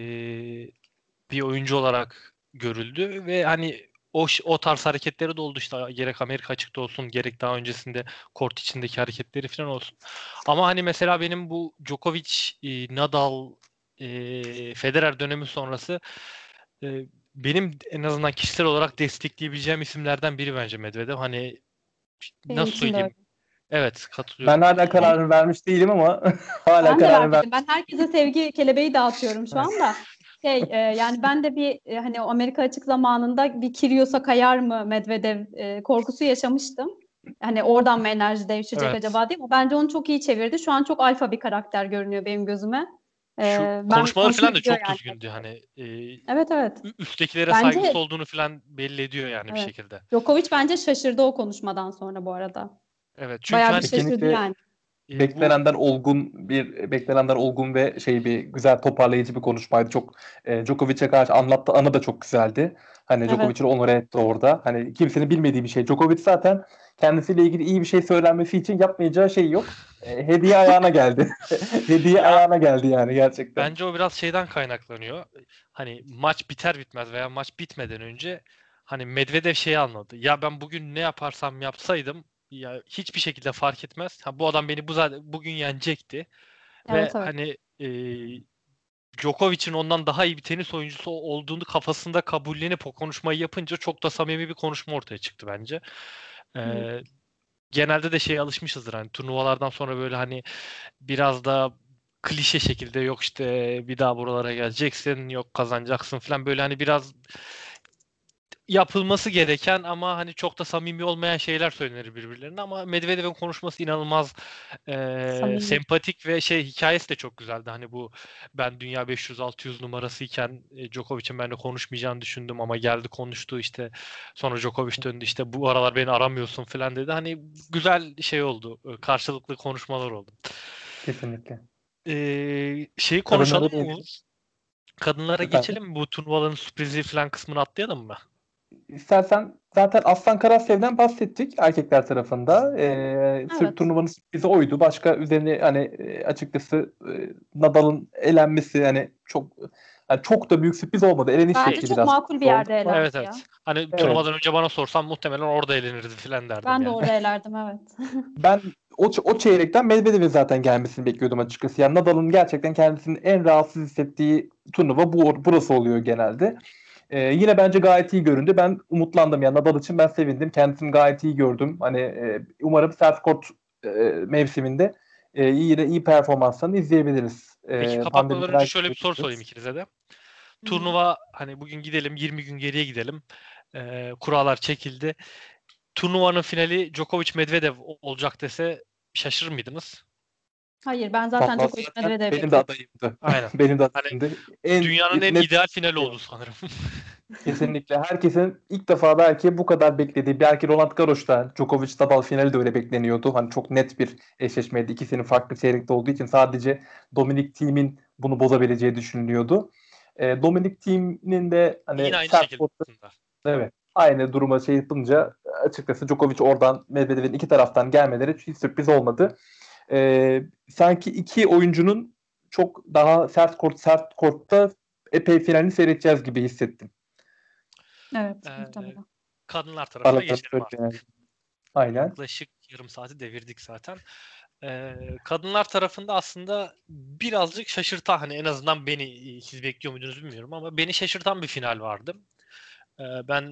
bir oyuncu olarak görüldü ve hani o tarz hareketleri de oldu işte gerek Amerika açıkta olsun gerek daha öncesinde kort içindeki hareketleri falan olsun. Ama hani mesela benim bu Djokovic, Nadal, Federer dönemi sonrası e, benim en azından kişisel olarak destekleyebileceğim isimlerden biri bence Medvedev. Hani Benim nasıl için de öyle. söyleyeyim? Evet, Ben katılıyorum. hala kararını vermiş değilim ama hala Ben de kararını vermedim. Ben herkese sevgi kelebeği dağıtıyorum şu vermiş. anda. Yani ben de hani o Amerika açık zamanında bir Kyrgios'a kayar mı Medvedev korkusu yaşamıştım. Hani oradan mı enerji devşirecek Evet. acaba diye. Ama bence onu çok iyi çevirdi. Şu an çok alfa bir karakter görünüyor benim gözüme. Şu Ben konuşmaları hoşuma falan da gidiyor çok yani. düzgündü. Hani Evet, evet. üsttekilere saygısı Bence olduğunu falan belli ediyor yani bir evet. şekilde. Djokovic bence şaşırdı o konuşmadan sonra bu arada. Evet, çünkü Bayağı bir hani şaşırdı Kesinlikle yani. bu beklenenden olgun ve bir güzel toparlayıcı bir konuşmaydı. Çok Djokovic'e karşı anlattığı anı da çok güzeldi. Hani Evet. Djokovic'i onore etti orada. Hani kimsenin bilmediği bir şey. Djokovic zaten kendisiyle ilgili iyi bir şey söylenmesi için yapmayacağı şey yok. Hediye ayağına geldi. Hediye ya ayağına geldi yani gerçekten. bence o biraz şeyden kaynaklanıyor. Hani maç biter bitmez veya maç bitmeden önce hani Medvedev şeyi anladı. Ya ben bugün ne yaparsam yapsaydım ya hiçbir şekilde fark etmez. Ha, bu adam beni bugün yenecekti ve Evet, evet. hani Djokovic'in ondan daha iyi bir tenis oyuncusu olduğunu kafasında kabullenip o konuşmayı yapınca çok da samimi bir konuşma ortaya çıktı bence. Hı. Ee, genelde de şeye alışmışızdır hani turnuvalardan sonra böyle hani biraz da klişe şekilde yok işte bir daha buralara geleceksin yok kazanacaksın falan böyle hani biraz yapılması gereken ama hani çok da samimi olmayan şeyler söylenir birbirlerine, ama Medvedev'in konuşması inanılmaz Samimi. sempatik ve hikayesi de çok güzeldi. Hani bu ben dünya 500-600 numarasıyken Djokovic'in benimle konuşmayacağını düşündüm ama geldi konuştu işte, sonra Djokovic döndü işte bu aralar beni aramıyorsun falan dedi. Hani güzel şey oldu. Karşılıklı konuşmalar oldu. Kesinlikle. Şeyi Kadınlara konuşalım mı? değiniriz. Kadınlara Efendim? geçelim mi? Bu turnuvaların sürprizi falan kısmını atlayalım mı? İstersen zaten Aslan Karasev'den bahsettik erkekler tarafında. Evet. Turnuvanın sürprizi oydu. Başka üzerine hani açıkçası Nadal'ın elenmesi hani çok da büyük sürpriz olmadı. Eleniş Bence şekli çok biraz makul bir sürpriz oldu. yerde elendi Evet, ya. evet. Hani Evet. turnuvadan önce bana sorsan muhtemelen orada elenirdi falan derdim Ben de yani. orada elerdim, evet. Ben o çeyrekten Medvedev'in zaten gelmesini bekliyordum açıkçası. Yani Nadal'ın gerçekten kendisini en rahatsız hissettiği turnuva burası oluyor genelde. Yine bence gayet iyi göründü. Ben umutlandım. Yani Nadal için ben sevindim. Kendisini gayet iyi gördüm. Hani umarım sert kort mevsiminde yine iyi performanslarını izleyebiliriz. Peki Pandemi kapatmadan önce merak şöyle bir soru sorayım ediyoruz. ikinize de. Hı hı. Turnuva hani bugün gidelim 20 gün geriye gidelim. Kurallar çekildi. Turnuvanın finali Djokovic Medvedev olacak dese şaşırır mıydınız? Hayır, ben zaten Vallahi Djokovic zaten Medvedev benim de bekliyordum. adayımdı. Aynen. Benim de Hani adayımdı. En dünyanın en net ideal finali oldu sanırım. kesinlikle. Herkesin ilk defa belki bu kadar beklediği, belki Roland Garros'ta Djokovic Nadal finali de öyle bekleniyordu. Hani çok net bir eşleşmeydi. İkisinin farklı çeyrekte olduğu için sadece Dominic Thiem'in bunu bozabileceği düşünülüyordu. Dominic Thiem'in de Yine hani aynı sert şekilde kortta, aslında. evet, aynı duruma yapınca açıkçası Djokovic oradan Medvedev'in iki taraftan gelmeleri hiç sürpriz olmadı. Sanki iki oyuncunun çok daha sert kortta epey finalini seyredeceğiz gibi hissettim. Evet, Ee, muhtemelen. Kadınlar tarafına Aralarında geçelim böyle yani. artık. Aynen. Yaklaşık yarım saati devirdik zaten. Kadınlar tarafında aslında birazcık şaşırtan, hani en azından beni, siz bekliyor muydunuz bilmiyorum ama beni şaşırtan bir final vardı. Ben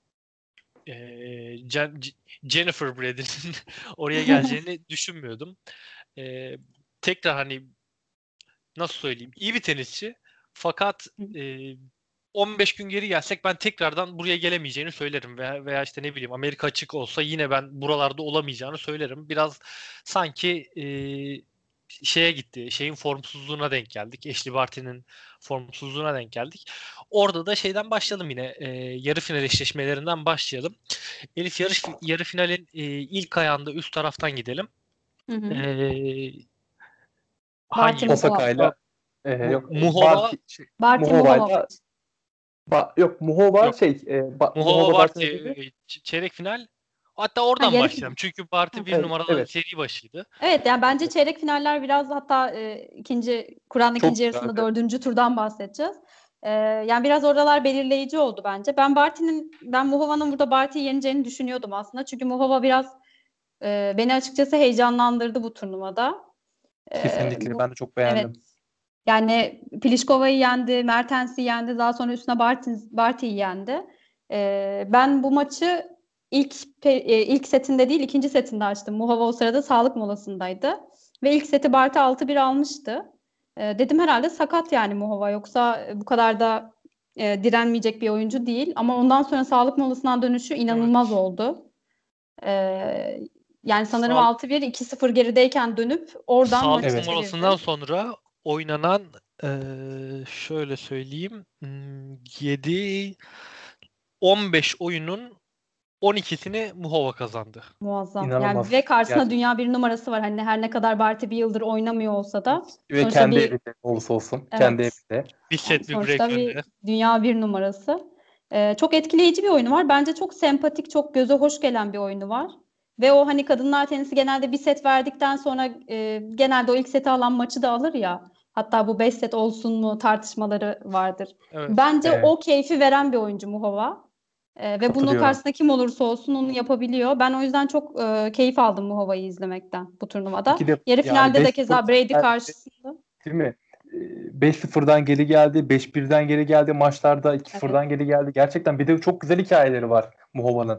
Jennifer Brady'nin oraya geleceğini düşünmüyordum. Ee, Tekrar hani nasıl söyleyeyim, iyi bir tenisçi fakat 15 gün geri gelsek ben tekrardan buraya gelemeyeceğini söylerim, veya işte ne bileyim Amerika açık olsa yine ben buralarda olamayacağını söylerim. Biraz sanki şeye gitti. Şeyin formsuzluğuna denk geldik. Ashley Barty'nin formsuzluğuna denk geldik. Orada da şeyden başlayalım yine. Yarı final eşleşmelerinden başlayalım. Elif, yarı finalin ilk ayağında üst taraftan gidelim. Hı hı. E, Barty Hangi Muhova. Osaka ile yok Muhova, Barty Muhova Muhova'yla maçı. yok Muhova yok, Muhova Muhova Barty Barty çeyrek final. Hatta Ha, oradan yarı final. başlayalım. Çünkü Barty Hı. bir evet, numaralı evet, seri başıydı. Evet, yani bence çeyrek finaller biraz, hatta Kur'an'ın çok ikinci yarısında güzeldi. 4. turdan bahsedeceğiz. Yani biraz oralar belirleyici oldu bence. Ben Muhova'nın burada Barty'yi yeneceğini düşünüyordum aslında. Çünkü Muhova biraz beni açıkçası heyecanlandırdı bu turnuvada. Kesinlikle ben de çok Evet. beğendim. Yani Pliškova'yı yendi, Mertens'i yendi, daha sonra üstüne Barty'yi yendi. Ben bu maçı ilk setinde değil, ikinci setinde açtım. Muhova o sırada sağlık molasındaydı. Ve ilk seti Barty 6-1 almıştı. Dedim herhalde sakat yani Muhova, yoksa bu kadar da direnmeyecek bir oyuncu değil. Ama ondan sonra sağlık molasından dönüşü inanılmaz Evet. oldu. Yani sanırım Sağ, 6-1, 2-0 gerideyken dönüp oradan maçı Sağlık Evet. çevirdi. molasından sonra oynanan, şöyle söyleyeyim, 7 15 oyunun 12'sini Muhova kazandı. Muazzam. Yani ve İnanılmaz karşısında gerçekten. dünya bir numarası var. Hani her ne kadar Barty bir yıldır oynamıyor olsa da Ve sonuçta kendi bir, evinde olursa olsun. Kendi evet. evinde. Bir Yani set bir break sonuçta bir önde. dünya bir numarası. Çok etkileyici bir oyunu var. Bence çok sempatik, çok göze hoş gelen bir oyunu var. Ve o hani kadınlar tenisi genelde bir set verdikten sonra genelde o ilk seti alan maçı da alır ya. Hatta bu 5 set olsun mu tartışmaları vardır. Evet. Bence Evet. o keyfi veren bir oyuncu Muhova. Ve bunu Katılıyorum. karşısında kim olursa olsun onu yapabiliyor. Ben o yüzden çok keyif aldım Muhova'yı izlemekten bu turnuvada. İki de Yarı yani finalde de 5-0 keza Brady geldi, karşısında. değil mi? 5-0'dan geri geldi, 5-1'den geri geldi, maçlarda Evet. 2-0'dan geri geldi. Gerçekten bir de çok güzel hikayeleri var Muhova'nın.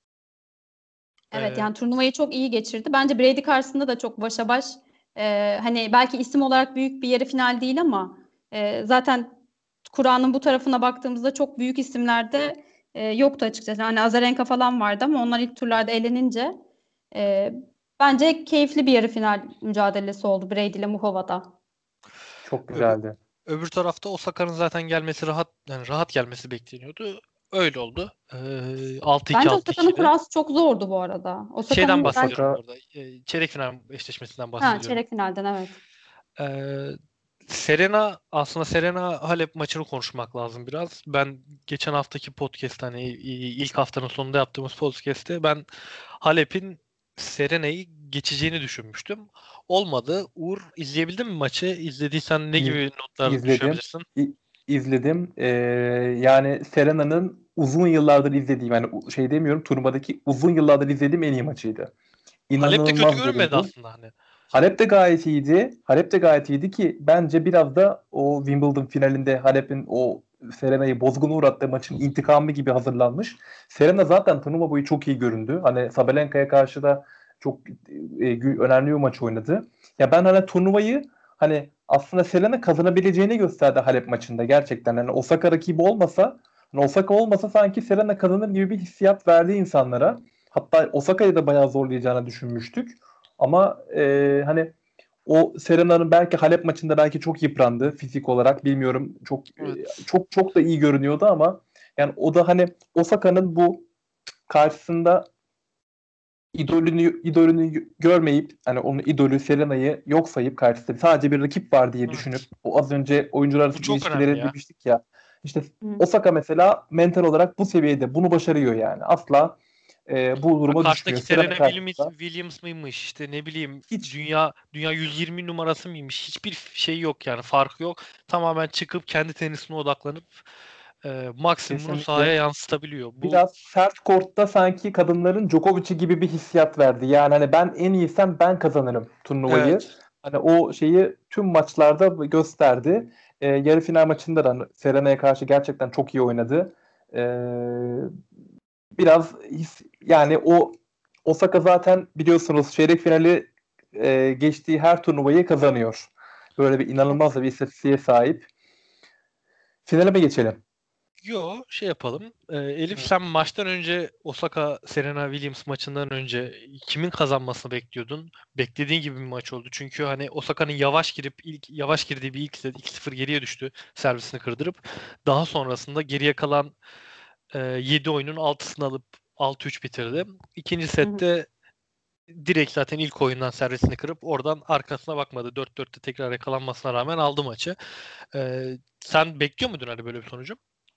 Evet, Ee, yani turnuvayı çok iyi geçirdi. Bence Brady karşısında da çok başa baş. Hani belki isim olarak büyük bir yarı final değil ama zaten Kur'an'ın bu tarafına baktığımızda çok büyük isimlerde yoktu açıkçası. Hani Azarenka falan vardı ama onlar ilk turlarda elenince e, bence keyifli bir yarı final mücadelesi oldu Brady ile Muhova'da. Çok Öbür, güzeldi. öbür tarafta Osaka'nın zaten gelmesi rahat gelmesi bekleniyordu. Öyle oldu. 6-2 Bence Osaka'nın 6-2'de. kurası çok zordu bu arada. Şeyden Osaka'nın belki bahsediyorum Osaka bu arada. Çeyrek final eşleşmesinden ha, bahsediyorum. çeyrek finalden evet. Ee, aslında Serena Halep maçını konuşmak lazım biraz. Ben geçen haftaki podcast hani ilk haftanın sonunda yaptığımız podcast'te ben Halep'in Serena'yı geçeceğini düşünmüştüm. Olmadı. Uğur izleyebildin mi maçı? İzlediysen ne İz- gibi notlar izledim. düşebilirsin? İzledim. Yani Serena'nın uzun yıllardır izlediğim, yani şey demiyorum, turnuvadaki uzun yıllardır izlediğim en iyi maçıydı. Halep de kötü İnanılmaz görünmedi göründü. aslında hani. Halep de gayet iyiydi. Halep de gayet iyiydi ki bence biraz da o Wimbledon finalinde Halep'in o Serena'yı bozguna uğrattığı maçın intikamı gibi hazırlanmış. Serena zaten turnuva boyu çok iyi göründü. Hani Sabalenka'ya karşı da çok önemli bir maç oynadı. Ya ben hani turnuvayı hani aslında Serena kazanabileceğini gösterdi Halep maçında gerçekten. Hani Osaka rakibi olmasa, hani Osaka olmasa sanki Serena kazanır gibi bir hissiyat verdi insanlara. Hatta Osaka'yı da bayağı zorlayacağını düşünmüştük. Ama hani o Serena'nın belki Halep maçında belki çok yıprandı fizik olarak, bilmiyorum. Çok Evet. çok çok da iyi görünüyordu ama yani o da hani Osaka'nın bu karşısında idolünü görmeyip, hani onun idolü Serena'yı yok sayıp karşısında sadece bir rakip var diye düşünüp, Evet. o az önce oyuncular Bu arası çok önemli ilişkileri ya. demiştik ya, işte Hı. Osaka mesela mental olarak bu seviyede bunu başarıyor yani. Asla bu duruma düşmüyor. Karşıdaki Serena Serena karşısında Williams mıymış işte ne bileyim hiç dünya 120 numarası mıymış hiçbir şey yok yani farkı yok. Tamamen çıkıp kendi tenisine odaklanıp maksimumunu kesinlikle sahaya yansıtabiliyor. Bu biraz sert kortta sanki kadınların Djokovic'i gibi bir hissiyat verdi. Yani hani ben en iyiysem ben kazanırım turnuvayı. evet. Hani o şeyi tüm maçlarda gösterdi. Yarı final maçında da Serena'ya karşı gerçekten çok iyi oynadı. Biraz yani o Osaka zaten biliyorsunuz çeyrek finali geçtiği her turnuvayı kazanıyor. Böyle bir inanılmaz da bir istatistiğe sahip. Finale mi geçelim? Yo şey yapalım. Elif Hı. sen maçtan önce Osaka Serena Williams maçından önce kimin kazanmasını bekliyordun? Beklediğin gibi bir maç oldu. Çünkü hani Osaka'nın yavaş girdiği bir ilk set 2-0 geriye düştü. Servisini kırdırıp daha sonrasında geriye kalan 7 oyunun 6'sını alıp 6-3 bitirdi. İkinci Hı hı. sette direkt zaten ilk oyundan servisini kırıp oradan arkasına bakmadı. 4-4'te tekrar yakalanmasına rağmen aldı maçı. Sen bekliyor muydun hani böyle bir sonucu?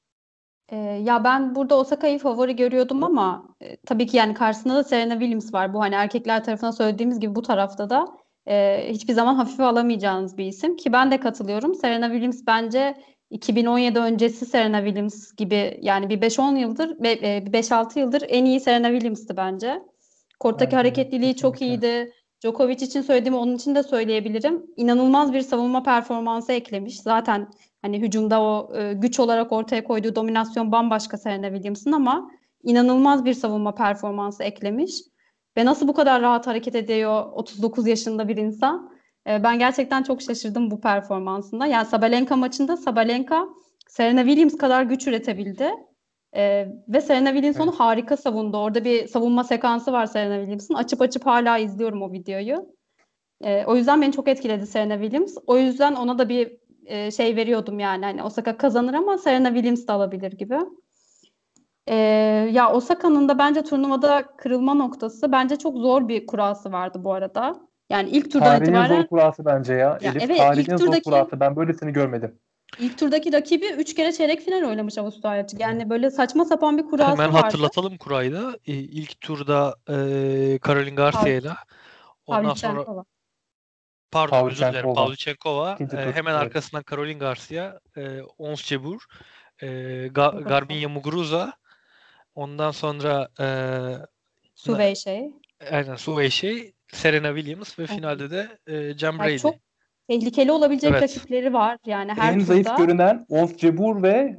Ya ben burada Osaka'yı favori görüyordum ama tabii ki yani karşısında da Serena Williams var. Bu hani erkekler tarafına söylediğimiz gibi bu tarafta da hiçbir zaman hafife alamayacağınız bir isim ki ben de katılıyorum. Serena Williams bence 2017 öncesi Serena Williams gibi yani bir 5-10 yıldır bir 5-6 yıldır en iyi Serena Williams'tı bence. Korttaki Bence de hareketliliği çok kesinlikle. iyiydi. Djokovic için söylediğimi onun için de söyleyebilirim. İnanılmaz bir savunma performansı eklemiş. Zaten hani hücumda o güç olarak ortaya koyduğu dominasyon bambaşka Serena Williams'ın ama inanılmaz bir savunma performansı eklemiş. Ve nasıl bu kadar rahat hareket ediyor 39 yaşında bir insan? Ben gerçekten çok şaşırdım bu performansında. Yani Sabalenka maçında Sabalenka Serena Williams kadar güç üretebildi. Ve Serena Williams onu Evet. harika savundu. Orada bir savunma sekansı var Serena Williams'ın. Açıp açıp hala izliyorum o videoyu. O yüzden beni çok etkiledi Serena Williams. O yüzden ona da bir şey veriyordum yani. Hani Osaka kazanır ama Serena Williams da alabilir gibi. Ee, Ya Osaka'nın da bence turnuvada kırılma noktası bence çok zor bir kurası vardı bu arada. Yani ilk turdan Tarihin en zor itibaren kurası bence ya. ya Elif, evet tarihin en zor kurası. Ben böylesini görmedim. ilk turdaki rakibi 3 kere çeyrek final oynamış Avustralya. Yani böyle saçma sapan bir Hemen kurası vardı. hatırlatalım kurayı da. İlk turda Caroline Garcia ile ondan sonra Pavlyuchenkova. pardon özür dilerim Pavlyuchenkova. Pavlyuchenkova İkinci tur. hemen Evet. arkasından Caroline Garcia Ons Jabeur Yok Garbiñe hatırlamıyorum. Muguruza ondan sonra Suvey şey. aynen Su Weixi, Serena Williams ve finalde de Jan Yani Brady. çok tehlikeli olabilecek Evet. rakipleri var yani her En zayıf turda. görünen Ons Jabeur ve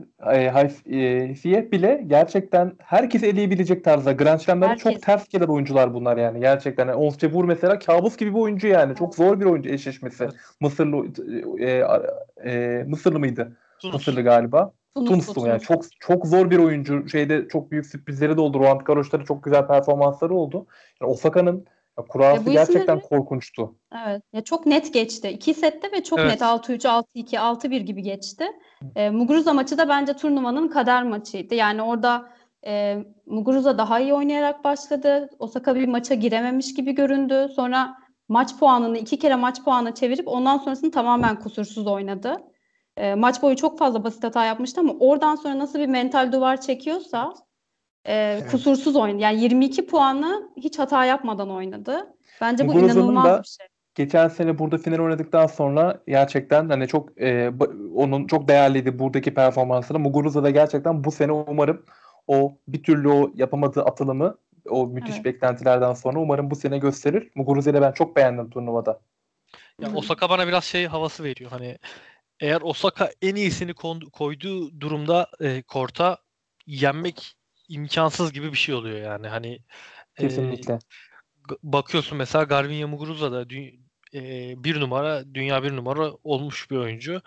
Siyeh bile gerçekten herkesi eleyebilecek tarzda. Grand Slam'lere çok Herkes. ters gelen oyuncular bunlar yani. Gerçekten. Yani Ons Jabeur mesela kabus gibi bir oyuncu yani. Çok zor bir oyuncu eşleşmesi. Evet. Mısırlı Mısırlı mıydı? Tunus. Mısırlı galiba. Tunus'tu yani çok zor bir oyuncu. Şeyde çok büyük sürprizleri de oldu. Roland Garros'ta çok güzel performansları oldu. Yani Osaka'nın kurası gerçekten korkunçtu. Evet. Ya çok net geçti. 2 sette ve çok net 6-3, 6-2, 6-1 gibi geçti. Muguruza maçı da bence turnuvanın kader maçıydı. Yani orada Muguruza daha iyi oynayarak başladı. Osaka bir maça girememiş gibi göründü. Sonra maç puanını 2 kere maç puanı çevirip ondan sonrasını tamamen kusursuz oynadı. Maç boyu çok fazla basit hata yapmıştı ama oradan sonra nasıl bir mental duvar çekiyorsa kusursuz oynadı. Yani 22 puanı hiç hata yapmadan oynadı. Bence bu inanılmaz bir şey. Geçen sene burada final oynadıktan sonra gerçekten hani çok onun çok değerliydi buradaki performansını. Muguruza da gerçekten bu sene umarım o bir türlü o yapamadığı atılımı o müthiş beklentilerden sonra umarım bu sene gösterir. Muguruza'yı ben çok beğendim turnuvada. Ya Osaka bana biraz şey havası veriyor. Hani eğer Osaka en iyisini koyduğu durumda korta yenmek imkansız gibi bir şey oluyor yani. Hani kesinlikle. Bakıyorsun mesela Garbiñe Muguruza da bir numara, dünya bir numara olmuş bir oyuncu.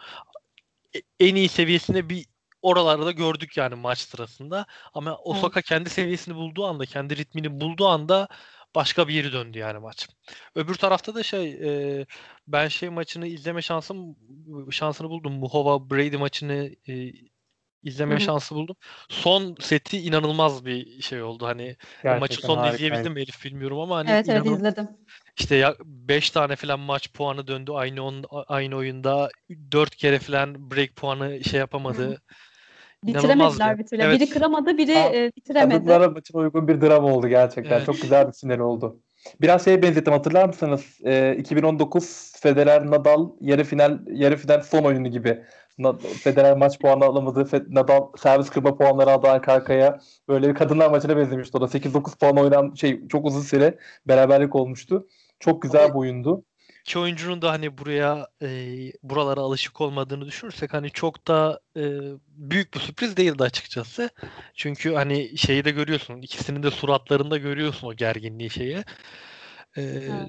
En iyi seviyesinde bir oralarda gördük yani maç sırasında. Ama Osaka kendi seviyesini bulduğu anda, kendi ritmini bulduğu anda başka bir yeri döndü yani maç. Öbür tarafta da ben maçını izleme şansını buldum. Muhova Brady maçını izleme şansı buldum. Son seti inanılmaz bir şey oldu. Hani maçın sonunu izleyebildim mi Elif bilmiyorum ama hani evet izledim. İşte ya 5 tane falan maç puanı döndü aynı oyunda. 4 kere falan break puanı yapamadı. Bitiremediler bir türlü. Evet. Biri kıramadı, biri bitiremedi. Kadınlara maçın uygun bir drama oldu gerçekten. Evet. Çok güzel bir final oldu. Biraz benzettim, hatırlar mısınız? 2019 Federer Nadal yarı final son oyunu gibi. Federer maç puanı alamadı. Nadal servis kırma puanları aldı arka arkaya. Böyle bir kadınlar maçına benzemişti o da. 8-9 puan oynan çok uzun süre beraberlik olmuştu. Çok güzel bir oyundu. İki oyuncunun da hani buralara alışık olmadığını düşünürsek hani çok da büyük bir sürpriz değildi açıkçası. Çünkü hani şeyi de görüyorsun. İkisinin de suratlarında görüyorsun o gerginliği Yani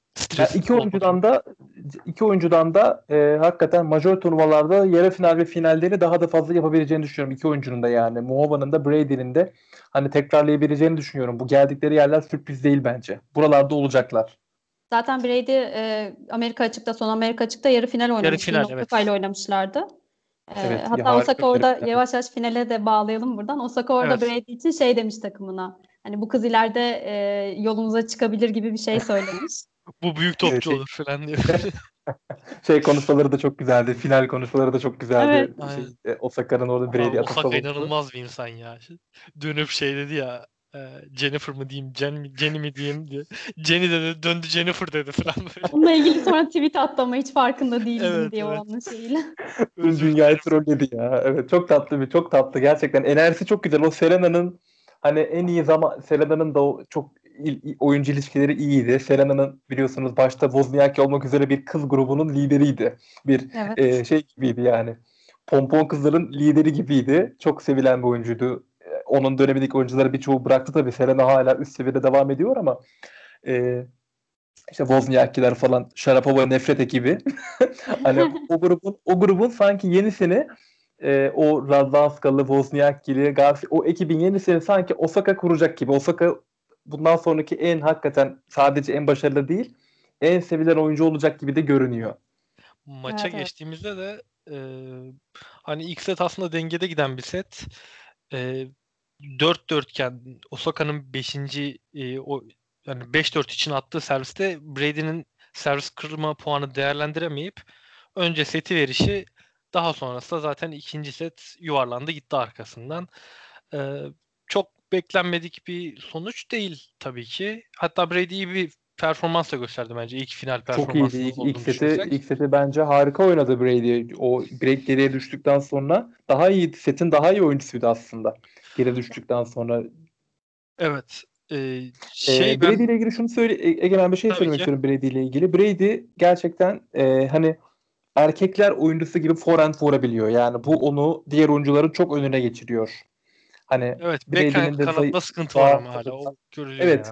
iki oyuncudan da hakikaten majör turnuvalarda yarı final ve finalleri daha da fazla yapabileceğini düşünüyorum. İki oyuncunun da yani. Muhova'nın da Brady'nin de hani tekrarlayabileceğini düşünüyorum. Bu geldikleri yerler sürpriz değil bence. Buralarda olacaklar. Zaten Brady son Amerika açıkta yarı final oynamıştı. Yine Osaka ile oynamışlardı. Evet, hatta Osaka orada yavaş yavaş finale de bağlayalım buradan. Osaka orada Brady için demiş takımına. Hani bu kız ileride yolumuza çıkabilir gibi bir şey söylemiş. Bu büyük topçu olur falan diyor. Konuşmaları da çok güzeldi. Final konuşmaları da çok güzeldi. Evet. Osaka'nın orada Brady'ye Osaka inanılmaz bir insan ya. Dönüp dedi ya Jennifer mı diyeyim, Jenny mi diyeyim diye. Jenny dedi, döndü Jennifer dedi falan böyle. Onunla ilgili sonra tweet attı ama hiç farkında değildim diye o onun şeyiyle. Dünyayı trolledi ya. Evet, çok tatlı gerçekten. Enerjisi çok güzel. O Serena'nın hani en iyi Serena'nın da o çok oyuncu ilişkileri iyiydi. Serena'nın biliyorsunuz başta Wozniacki olmak üzere bir kız grubunun lideriydi. Bir gibiydi yani. Pompon kızların lideri gibiydi. Çok sevilen bir oyuncuydu. Onun dönemindeki oyuncuları birçoğu bıraktı tabii. Serena hala üst seviyede devam ediyor ama Wozniackiler falan, Sharapova nefret ekibi. Hani o grubun sanki yenisini o Radvanskalı, Wozniacki'li, o ekibin yenisini sanki Osaka kuracak gibi. Osaka bundan sonraki hakikaten sadece en başarılı değil, en sevilen oyuncu olacak gibi de görünüyor. Maça geçtiğimizde de hani ilk set aslında dengede giden bir set. 4-4 iken Osaka'nın 5. yani 5-4 için attığı serviste Brady'nin servis kırma puanı değerlendiremeyip önce seti verişi, daha sonrasında zaten ikinci set yuvarlandı gitti arkasından. Çok beklenmedik bir sonuç değil tabii ki. Hatta Brady iyi bir performans da gösterdi bence. İlk final performansı olduğunu düşünürsek. İlk seti bence harika oynadı Brady. O break geriye düştükten sonra setin daha iyi oyuncusuydu aslında. Geri düştükten sonra. Evet. Brady ile ilgili şunu Egemen bir şey söylemek istiyorum Brady ile ilgili. Brady gerçekten hani erkekler oyuncusu gibi forehand vurabiliyor. Yani bu onu diğer oyuncuların çok önüne geçiriyor. Hani evet, backhand kanatma sıkıntı var ama hala o görülüyor yani.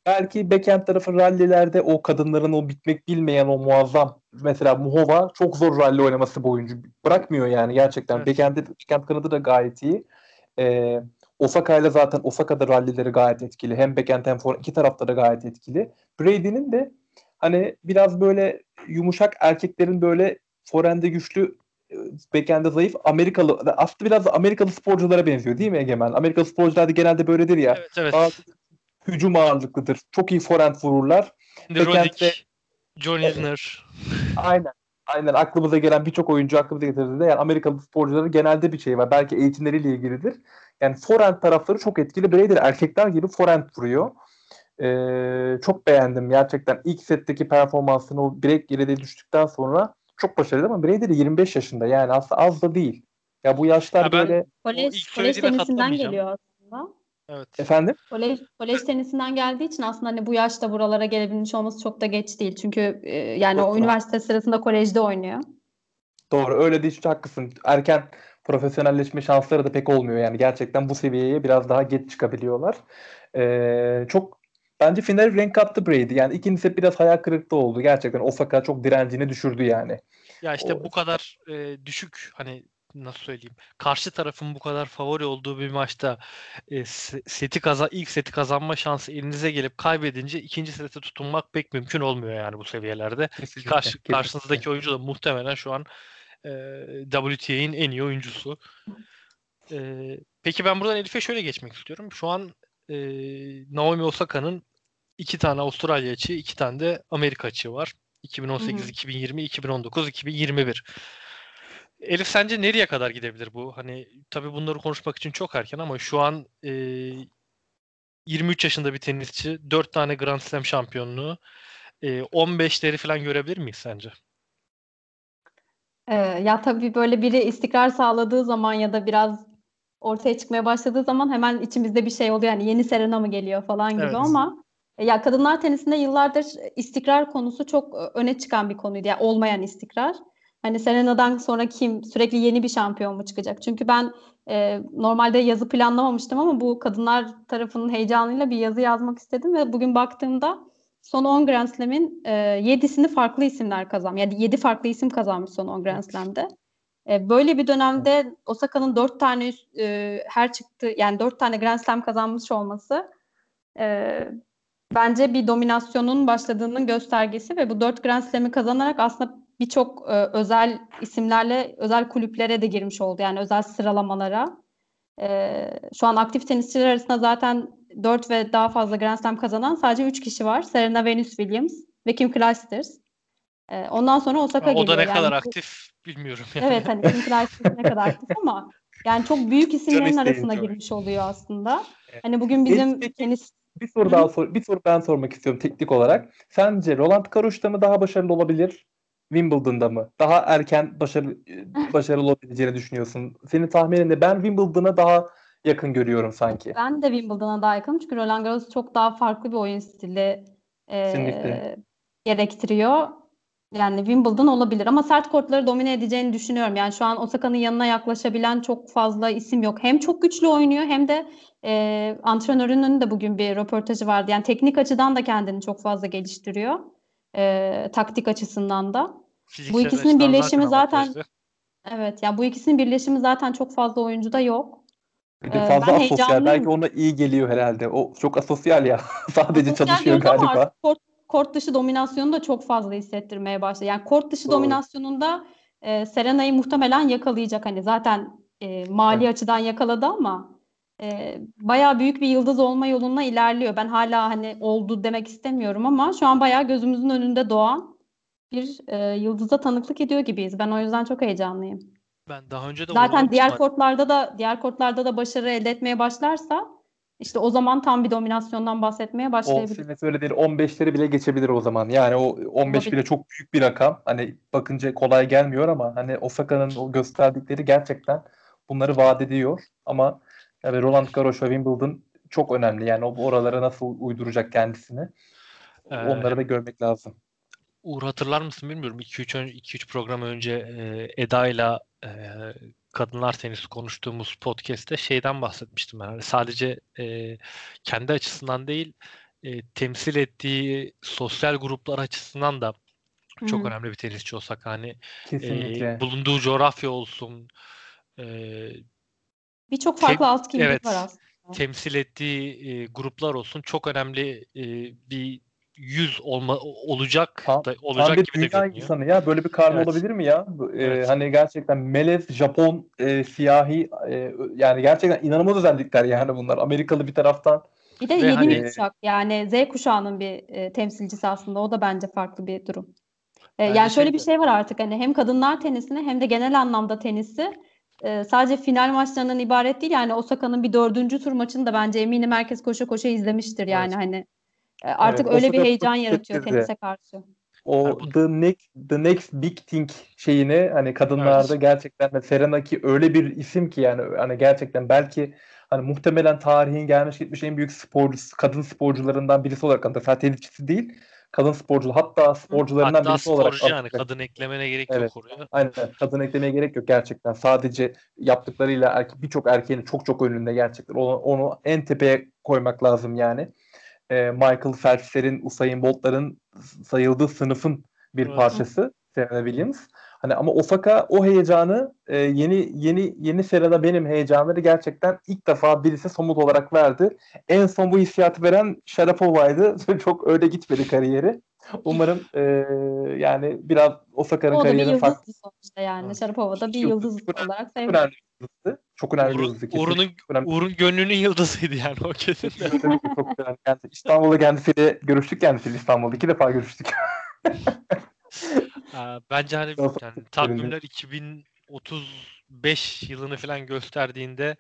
Belki backhand tarafı rallilerde o kadınların o bitmek bilmeyen o muazzam, mesela Muhova çok zor ralli oynaması bu oyuncu. Bırakmıyor yani gerçekten. Evet. Backhand kanadı da gayet iyi. Ee, Osaka ile zaten Osaka'da rallileri gayet etkili. Hem backhand hem forehand iki tarafta da gayet etkili. Brady'nin de hani biraz böyle yumuşak erkeklerin böyle forehand'de güçlü, backhand'de zayıf Amerikalı, aslında biraz da Amerikalı sporculara benziyor değil mi Egemen? Amerikalı sporcular da genelde böyledir ya. Evet, Daha evet. hücum ağırlıklıdır. Çok iyi forehand vururlar. Backhand'de Roddick, John Isner. aynen. Aynen aklımıza gelen birçok oyuncu aklımıza getirdiğinde yani Amerikalı sporcuların genelde bir şey var. Belki eğitimleriyle ilgilidir. Yani forehand tarafları çok etkili. Brady erkekler gibi forehand vuruyor. Çok beğendim gerçekten. İlk setteki performansını o break geride düştükten sonra çok başarılı ama Brady de 25 yaşında yani aslında az da değil. Ya bu yaşlar Ya ben böyle o ilk Kolej söylediğine tenisinden katılmayacağım. geliyor aslında. Evet. efendim Kolej tenisinden geldiği için aslında hani bu yaşta buralara gelebilmiş olması çok da geç değil. Çünkü yani o doğru. üniversite sırasında kolejde oynuyor. Doğru öyle değil, haklısın. Erken profesyonelleşme şansları da pek olmuyor yani gerçekten bu seviyeye biraz daha geç çıkabiliyorlar. Çok bence final renk kattı Brady. Yani ikinci set biraz hayal kırıklığı oldu. Gerçekten Osaka çok direncini düşürdü yani. Ya O, işte bu kadar düşük, hani nasıl söyleyeyim, karşı tarafın bu kadar favori olduğu bir maçta ilk seti kazanma şansı elinize gelip kaybedince ikinci sete tutunmak pek mümkün olmuyor yani bu seviyelerde. Ki kesinlikle, kesinlikle. karşınızdaki oyuncu da muhtemelen şu an WTA'nin en iyi oyuncusu. Peki ben buradan Elif'e şöyle geçmek istiyorum. Şu an e, Naomi Osaka'nın iki tane Avustralya açığı, iki tane de Amerika açığı var. Hı 2018, hı. 2020, 2019, 2021. Elif sence nereye kadar gidebilir bu? Hani tabii bunları konuşmak için çok erken ama şu an 23 yaşında bir tenisçi, 4 tane Grand Slam şampiyonluğu, 15'leri falan görebilir miyiz sence? Ya tabii böyle biri istikrar sağladığı zaman ya da biraz ortaya çıkmaya başladığı zaman hemen içimizde bir şey oluyor. Yani yeni Serena mı geliyor falan gibi Evet. ama ya kadınlar tenisinde yıllardır istikrar konusu çok öne çıkan bir konuydu. Yani olmayan istikrar. Hani Serena'dan sonra kim sürekli yeni bir şampiyon mu çıkacak? Çünkü ben normalde yazı planlamamıştım ama bu kadınlar tarafının heyecanıyla bir yazı yazmak istedim ve bugün baktığımda son 10 Grand Slam'in 7'sini farklı isimler kazanmış. Yani 7 farklı isim kazanmış son 10 Grand Evet. Slam'de. Böyle bir dönemde Osaka'nın 4 tane her çıktı yani 4 tane Grand Slam kazanmış olması e, bence bir dominasyonun başladığının göstergesi ve bu 4 Grand Slam'i kazanarak aslında birçok özel isimlerle özel kulüplere de girmiş oldu. Yani özel sıralamalara. Şu an aktif tenisçiler arasında zaten 4 ve daha fazla Grand Slam kazanan sadece 3 kişi var. Serena Venus Williams ve Kim Clijsters. Ondan sonra Osaka O da geliyor. ne Yani kadar aktif bilmiyorum yani. evet hani Kim Clijsters ne kadar aktif ama yani çok büyük Can isimlerin arasına isteyince. girmiş oluyor aslında. Evet. Hani bugün Elif bizim peki tenis. bir soru Hı hı. daha bir soru ben sormak istiyorum teknik olarak. Sence Roland Garros'ta mı daha başarılı olabilir? Wimbledon'da mı? Daha erken başarılı olabileceğini düşünüyorsun. Senin tahminin ne? Ben Wimbledon'a daha yakın görüyorum sanki. Ben de Wimbledon'a daha yakınım çünkü Roland Garros çok daha farklı bir oyun stili Kesinlikle. gerektiriyor. Yani Wimbledon olabilir ama sert kortları domine edeceğini düşünüyorum. Yani şu an Osaka'nın yanına yaklaşabilen çok fazla isim yok. Hem çok güçlü oynuyor hem de antrenörünün de bugün bir röportajı vardı. Yani teknik açıdan da kendini çok fazla geliştiriyor. Taktik açısından da. Bu Fiziksel ikisinin açıdan zaten birleşimi zaten avantajlı. evet yani bu ikisinin birleşimi zaten çok fazla oyuncuda yok. Bir de fazla Ben asosyal. Belki heyecanlıyım. ona iyi geliyor herhalde. O çok asosyal ya. Sadece Asosyal çalışıyor diyoruz ama galiba. artık kort dışı dominasyonu da çok fazla hissettirmeye başladı. Yani kort dışı Doğru. dominasyonunda Serena'yı muhtemelen yakalayacak. Hani zaten mali Evet. açıdan yakaladı ama bayağı büyük bir yıldız olma yoluna ilerliyor. Ben hala hani oldu demek istemiyorum ama şu an bayağı gözümüzün önünde doğan bir yıldıza tanıklık ediyor gibiyiz. Ben o yüzden çok heyecanlıyım. Ben daha önce de Zaten vurgulamıştım. diğer kortlarda da başarı elde etmeye başlarsa işte o zaman tam bir dominasyondan bahsetmeye O başlayabiliriz. senin söylediğin 15'leri bile geçebilir o zaman. Yani o 15 bile Olabilir. çok büyük bir rakam. Hani bakınca kolay gelmiyor ama hani Osaka'nın o gösterdikleri gerçekten bunları vaat ediyor. Ama yani Roland Garros ve Wimbledon çok önemli. Yani o oralara nasıl uyduracak kendisini. Ee, Onları da görmek lazım. Uğur, hatırlar mısın bilmiyorum. 2-3 program önce Eda'yla kadınlar tenisi konuştuğumuz podcast'te şeyden bahsetmiştim ben. Hani sadece kendi açısından değil, temsil ettiği sosyal gruplar açısından da çok Hı. önemli bir tenisçi Osaka. Hani Kesinlikle. bulunduğu coğrafya olsun, e, Birçok tem- farklı alt kimlik var evet, aslında. temsil ettiği gruplar olsun çok önemli bir yüz olacak Tam, tam olacak bir gibi de dünya görünüyor. insanı ya. Böyle bir karma Evet, olabilir mi ya? evet. Hani gerçekten melez, Japon, siyahi, yani gerçekten inanılmaz özellikler yani bunlar. Amerikalı bir taraftan. Bir de Ve yeni bir hani kuşak yani Z kuşağının bir temsilcisi aslında. O da bence farklı bir durum. bence Yani şöyle şey bir de şey var artık hani hem kadınlar tenisini hem de genel anlamda tenisi sadece final maçlarından ibaret değil. Yani Osaka'nın bir 4. tur maçını da bence eminim herkes koşa koşa izlemiştir yani evet. hani Evet, artık öyle bir Osaka çok heyecan yaratıyor hissettirdi. tenise karşı. Hani O bu the next big thing şeyini hani kadınlarda evet. gerçekten de Serena ki öyle bir isim ki yani hani gerçekten belki hani muhtemelen tarihin gelmiş gitmiş en büyük sporcusu, kadın sporcularından birisi olarak anılır. Sadece tenisçisi değil, kadın sporcu hatta sporcularından Hatta birisi olarak sporcu yani anılacak. kadın eklemene gerek Evet. yok oraya. Aynen. Kadın eklemeye gerek yok gerçekten. Sadece yaptıklarıyla birçok erkeğin çok çok önünde gerçekten. Onu en tepeye koymak lazım yani. Michael Phelps'lerin, Usain Bolt'ların sayıldığı sınıfın bir Evet. Hı. parçası Serena Williams. Hani ama Osaka o heyecanı yeni Serena benim heyecanları gerçekten ilk defa birisi somut olarak verdi. En son bu hissiyatı veren Sharapova'ydı. Çok öyle gitmedi kariyeri. Umarım yani biraz Osaka'nın O da bir kariyerinin farklı yıldızdı sonuçta yani. Evet. Sharapova da bir yıldız. yıldız olarak Çok önemli sayılır. bir yıldızdı. Çok önemli bir yıldızdı kesinlikle. Uğur'un Çok önemli. Uğur'un gönlünün yıldızıydı yani o kesin de. Çok önemli. İstanbul'da kendisiyle görüştük kendisiyle İstanbul'da. 2 defa görüştük. Bence hani Çok yani sevindim. takvimler 2035 yılını falan gösterdiğinde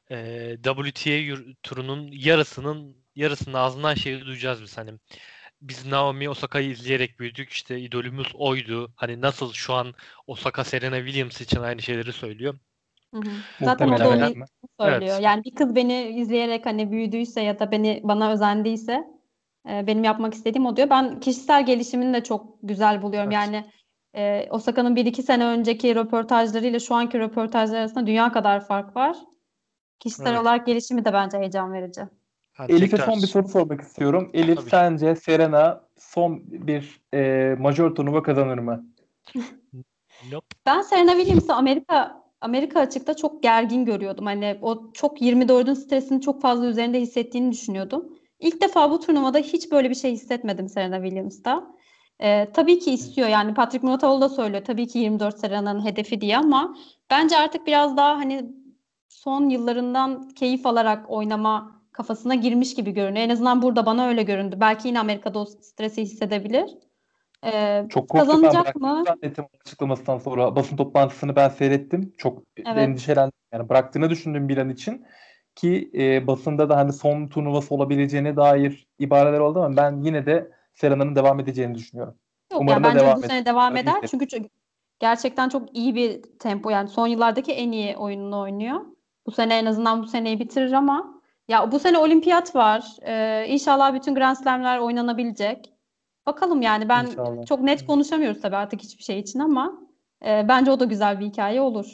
WTA turunun yarısının ağzından şeyi duyacağız biz hani. Biz Naomi Osaka'yı izleyerek büyüdük. İşte idolümüz oydu. Hani nasıl şu an Osaka Serena Williams için aynı şeyleri söylüyor. Hı hı. Zaten o da Muhtemelen. onu Muhtemelen söylüyor. evet. Yani bir kız beni izleyerek hani büyüdüyse ya da bana özendiyse benim yapmak istediğim o diyor. Ben kişisel gelişimini de çok güzel buluyorum. Evet. Yani Osaka'nın 1-2 sene önceki röportajlarıyla şu anki röportajlar arasında dünya kadar fark var. Kişisel Evet. olarak gelişimi de bence heyecan verici. Yani Elif'e son bir tekrar soru sormak istiyorum. Elif tabii ki. sence Serena son bir majör turnuva kazanır mı? Nope. Ben Serena Williams'ı Amerika açıkta çok gergin görüyordum. Hani o çok 24'ün stresini çok fazla üzerinde hissettiğini düşünüyordum. İlk defa bu turnuvada hiç böyle bir şey hissetmedim Serena Williams'ta. Tabii ki istiyor yani Patrick Mouratoglou da söylüyor tabii ki 24 Serena'nın hedefi diye ama bence artık biraz daha hani son yıllarından keyif alarak oynama kafasına girmiş gibi görünüyor. En azından burada bana öyle göründü. Belki yine Amerika'da o stresi hissedebilir. Çok korktu, ben Kazanacak bıraktığını mı? zannettim açıklamasından sonra. Basın toplantısını ben seyrettim. Çok Evet. endişelendim. Yani bıraktığını düşündüm bir an için. Ki basında da hani son turnuvası olabileceğine dair ibareler oldu ama ben yine de Serena'nın devam edeceğini düşünüyorum. Yok yani Umarım da bence devam bu eder. sene devam Umarım eder. izlerim. Çünkü gerçekten çok iyi bir tempo yani son yıllardaki en iyi oyununu oynuyor. Bu sene en azından bu seneyi bitirir ama ya bu sene olimpiyat var. İnşallah bütün Grand Slam'ler oynanabilecek. Bakalım yani ben İnşallah. çok net Evet. konuşamıyoruz tabii artık hiçbir şey için ama bence o da güzel bir hikaye olur.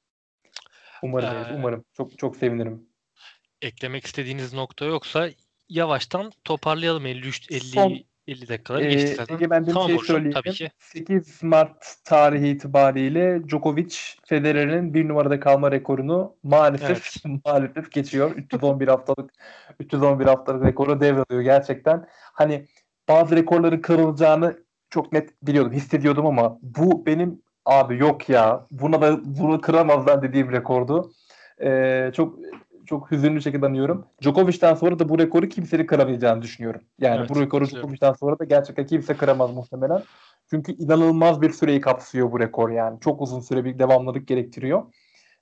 Umarım Elif, Ee, umarım. Çok çok sevinirim. eklemek istediğiniz nokta yoksa yavaştan toparlayalım. 53 Son 50 dakikaları geçti zaten. Ege, ben de bir Tamam şey Burcu'm tabii söyleyelim. ki. 8 Mart tarihi itibariyle Djokovic Federer'in bir numarada kalma rekorunu maalesef Evet. maalesef geçiyor. 311 haftalık rekoru devralıyor gerçekten. Hani bazı rekorların kırılacağını çok net biliyordum, hissediyordum ama bu benim abi yok ya. Bunu kıramazlar dediğim rekordu. Çok çok hüzünlü şekilde anıyorum. Djokovic'ten sonra da bu rekoru kimsenin kıramayacağını düşünüyorum. Yani bu Evet. rekoru Katılıyorum. Djokovic'ten sonra da gerçekten kimse kıramaz muhtemelen. Çünkü inanılmaz bir süreyi kapsıyor bu rekor yani. Çok uzun süre bir devamlılık gerektiriyor.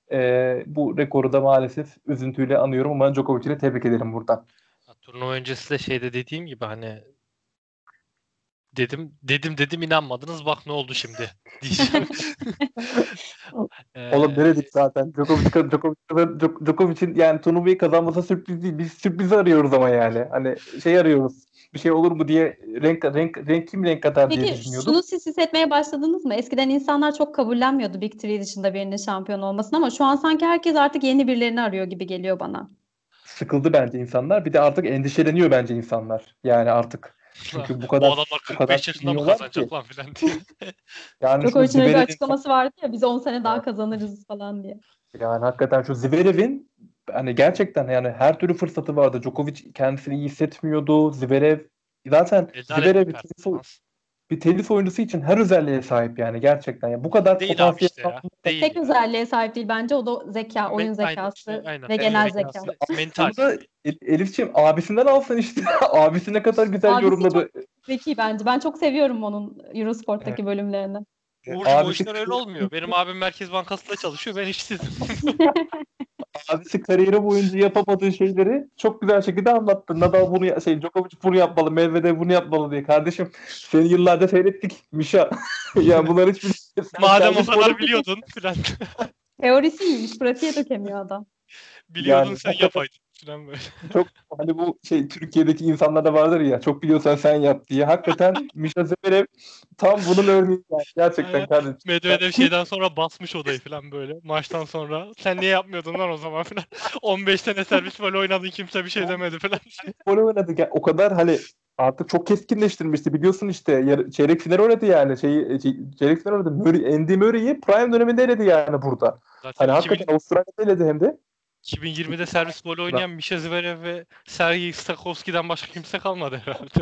Bu rekoru da maalesef üzüntüyle anıyorum ama Djokovic'i tebrik ederim buradan. Turnuva öncesi de şeyde dediğim gibi hani dedim inanmadınız bak ne oldu şimdi diyeceğim. Oğlum Ee, denedik zaten. Djokovic'in yani turnuvayı kazanması sürpriz değil. Biz sürprizi arıyoruz ama yani. Hani şey arıyoruz. Bir şey olur mu diye kim renk katar diye Peki düşünüyorduk. şunu siz hissetmeye başladınız mı? Eskiden insanlar çok kabullenmiyordu Big Three dışında birinin şampiyon olmasını ama şu an sanki herkes artık yeni birilerini arıyor gibi geliyor bana. sıkıldı bence insanlar. Bir de artık endişeleniyor bence insanlar. Yani artık çünkü bu O kadar adamlar 45 yaşında mı bilmiyorlar ki. kazanacak lan filan diye. Yani şu Djokovic'in öyle bir Zverev'in açıklaması vardı ya, biz 10 sene daha kazanırız falan diye. yani hakikaten şu Zverev'in hani gerçekten yani her türlü fırsatı vardı. Djokovic kendisini iyi hissetmiyordu. Zverev zaten Rezalet bir Zverev performans. bir tenis oyuncusu için her özelliğe sahip yani gerçekten. Yani bu kadar Değil abi potansiyel işte ya. Değil Tek ya. özelliğe sahip değil bence, o da zeka, oyun Aynen, zekası aynen. ve Oyun genel zekası, zeka. mental. Onu da Elif'ciğim abisinden alsın işte. Abisi ne kadar güzel Abisi yorumladı. Zeki bence. Ben çok seviyorum onun Eurosport'taki bölümlerini. Uğurcuğum o Abisi işler öyle olmuyor. Benim abim Merkez Bankası'nda çalışıyor. Ben işsizim. abisi kariyeri boyunca yapamadığı şeyleri çok güzel şekilde anlattı. Nadal bunu Djokovic bunu yapmalı, Medvedev bunu yapmalı diye. Kardeşim seni yıllarca seyrettik Mişa. Yani bunlar hiçbir Madem o Sen kadar sporun- biliyordun filan. Teorisi iyiymiş. Pratiğe dökemiyor adam. Biliyordun Yani sen hakikaten yapaydın filan böyle. çok hani bu Türkiye'deki insanlar da vardır ya çok biliyorsan sen yap diye. Hakikaten Mişa Zverev tam bunun örneği yani. Gerçekten Aynen. kardeşim. Medvedev şeyden sonra basmış odayı falan böyle. Maçtan sonra. Sen niye yapmıyordun lan o zaman filan. 15 sene servis böyle oynadın kimse bir şey demedi filan. Gol oynadı. O kadar hani artık çok keskinleştirmişti. Biliyorsun işte çeyrek final oynadı yani. Çeyrek final oynadı. Andy Murray'i prime döneminde eledi yani burada. Zaten Hani hakikaten Avustralya'da eledi hem de. 2020'de servis golü oynayan Misha Zverev ve Sergey Stakhovski'den başka kimse kalmadı herhalde.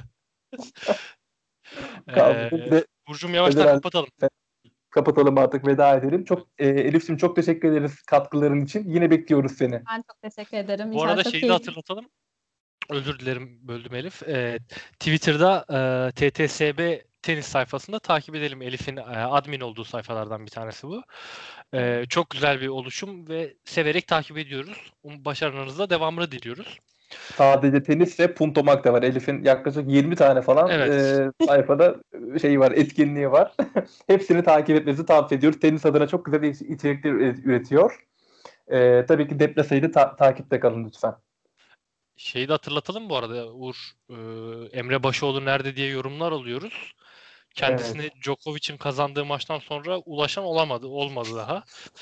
Kaldı. Bir de Burcu'm yavaştan Federer kapatalım. kapatalım artık veda edelim. Çok Elif'ciğim çok teşekkür ederiz katkıların için. Yine bekliyoruz seni. Ben çok teşekkür ederim. Bu İnşallah arada çok şeyi de keyifli. hatırlatalım. Özür dilerim böldüm Elif. Twitter'da TTSB tenis sayfasında takip edelim. Elif'in admin olduğu sayfalardan bir tanesi bu. Çok güzel bir oluşum ve severek takip ediyoruz. Başarılarınızla devamını diliyoruz. Sadece tenis ve Punto Mag da var. Elif'in yaklaşık 20 tane falan Evet. sayfada var, etkinliği var. Hepsini takip etmenizi tavsiye ediyoruz. Tenis adına çok güzel içerikler üretiyor. Tabii ki Deplasa'yı da takipte kalın lütfen. Şeyi de hatırlatalım bu arada Uğur. Emre Başoğlu nerede diye yorumlar alıyoruz. Kendisine Evet. Djokovic'in kazandığı maçtan sonra ulaşan olmadı daha.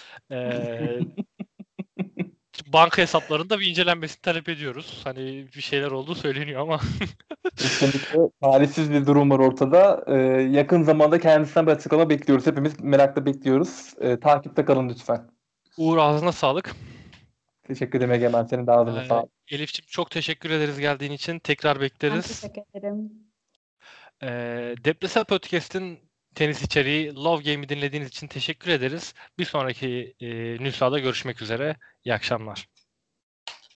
Banka hesaplarında bir incelenmesini talep ediyoruz. Hani bir şeyler olduğu söyleniyor ama. Kesinlikle talihsiz bir durum var ortada. Yakın zamanda kendisinden bir açıklama bekliyoruz. Hepimiz merakla bekliyoruz. Takipte kalın lütfen. Uğur ağzına sağlık. Teşekkür ederim Egemen. Senin de ağzına sağlık. Elif'ciğim çok teşekkür ederiz geldiğin için. Tekrar Ben bekleriz. teşekkür ederim. Deplasa Podcast'in tenis içeriği Love Game'i dinlediğiniz için teşekkür ederiz. Bir sonraki nüshada görüşmek üzere. İyi akşamlar.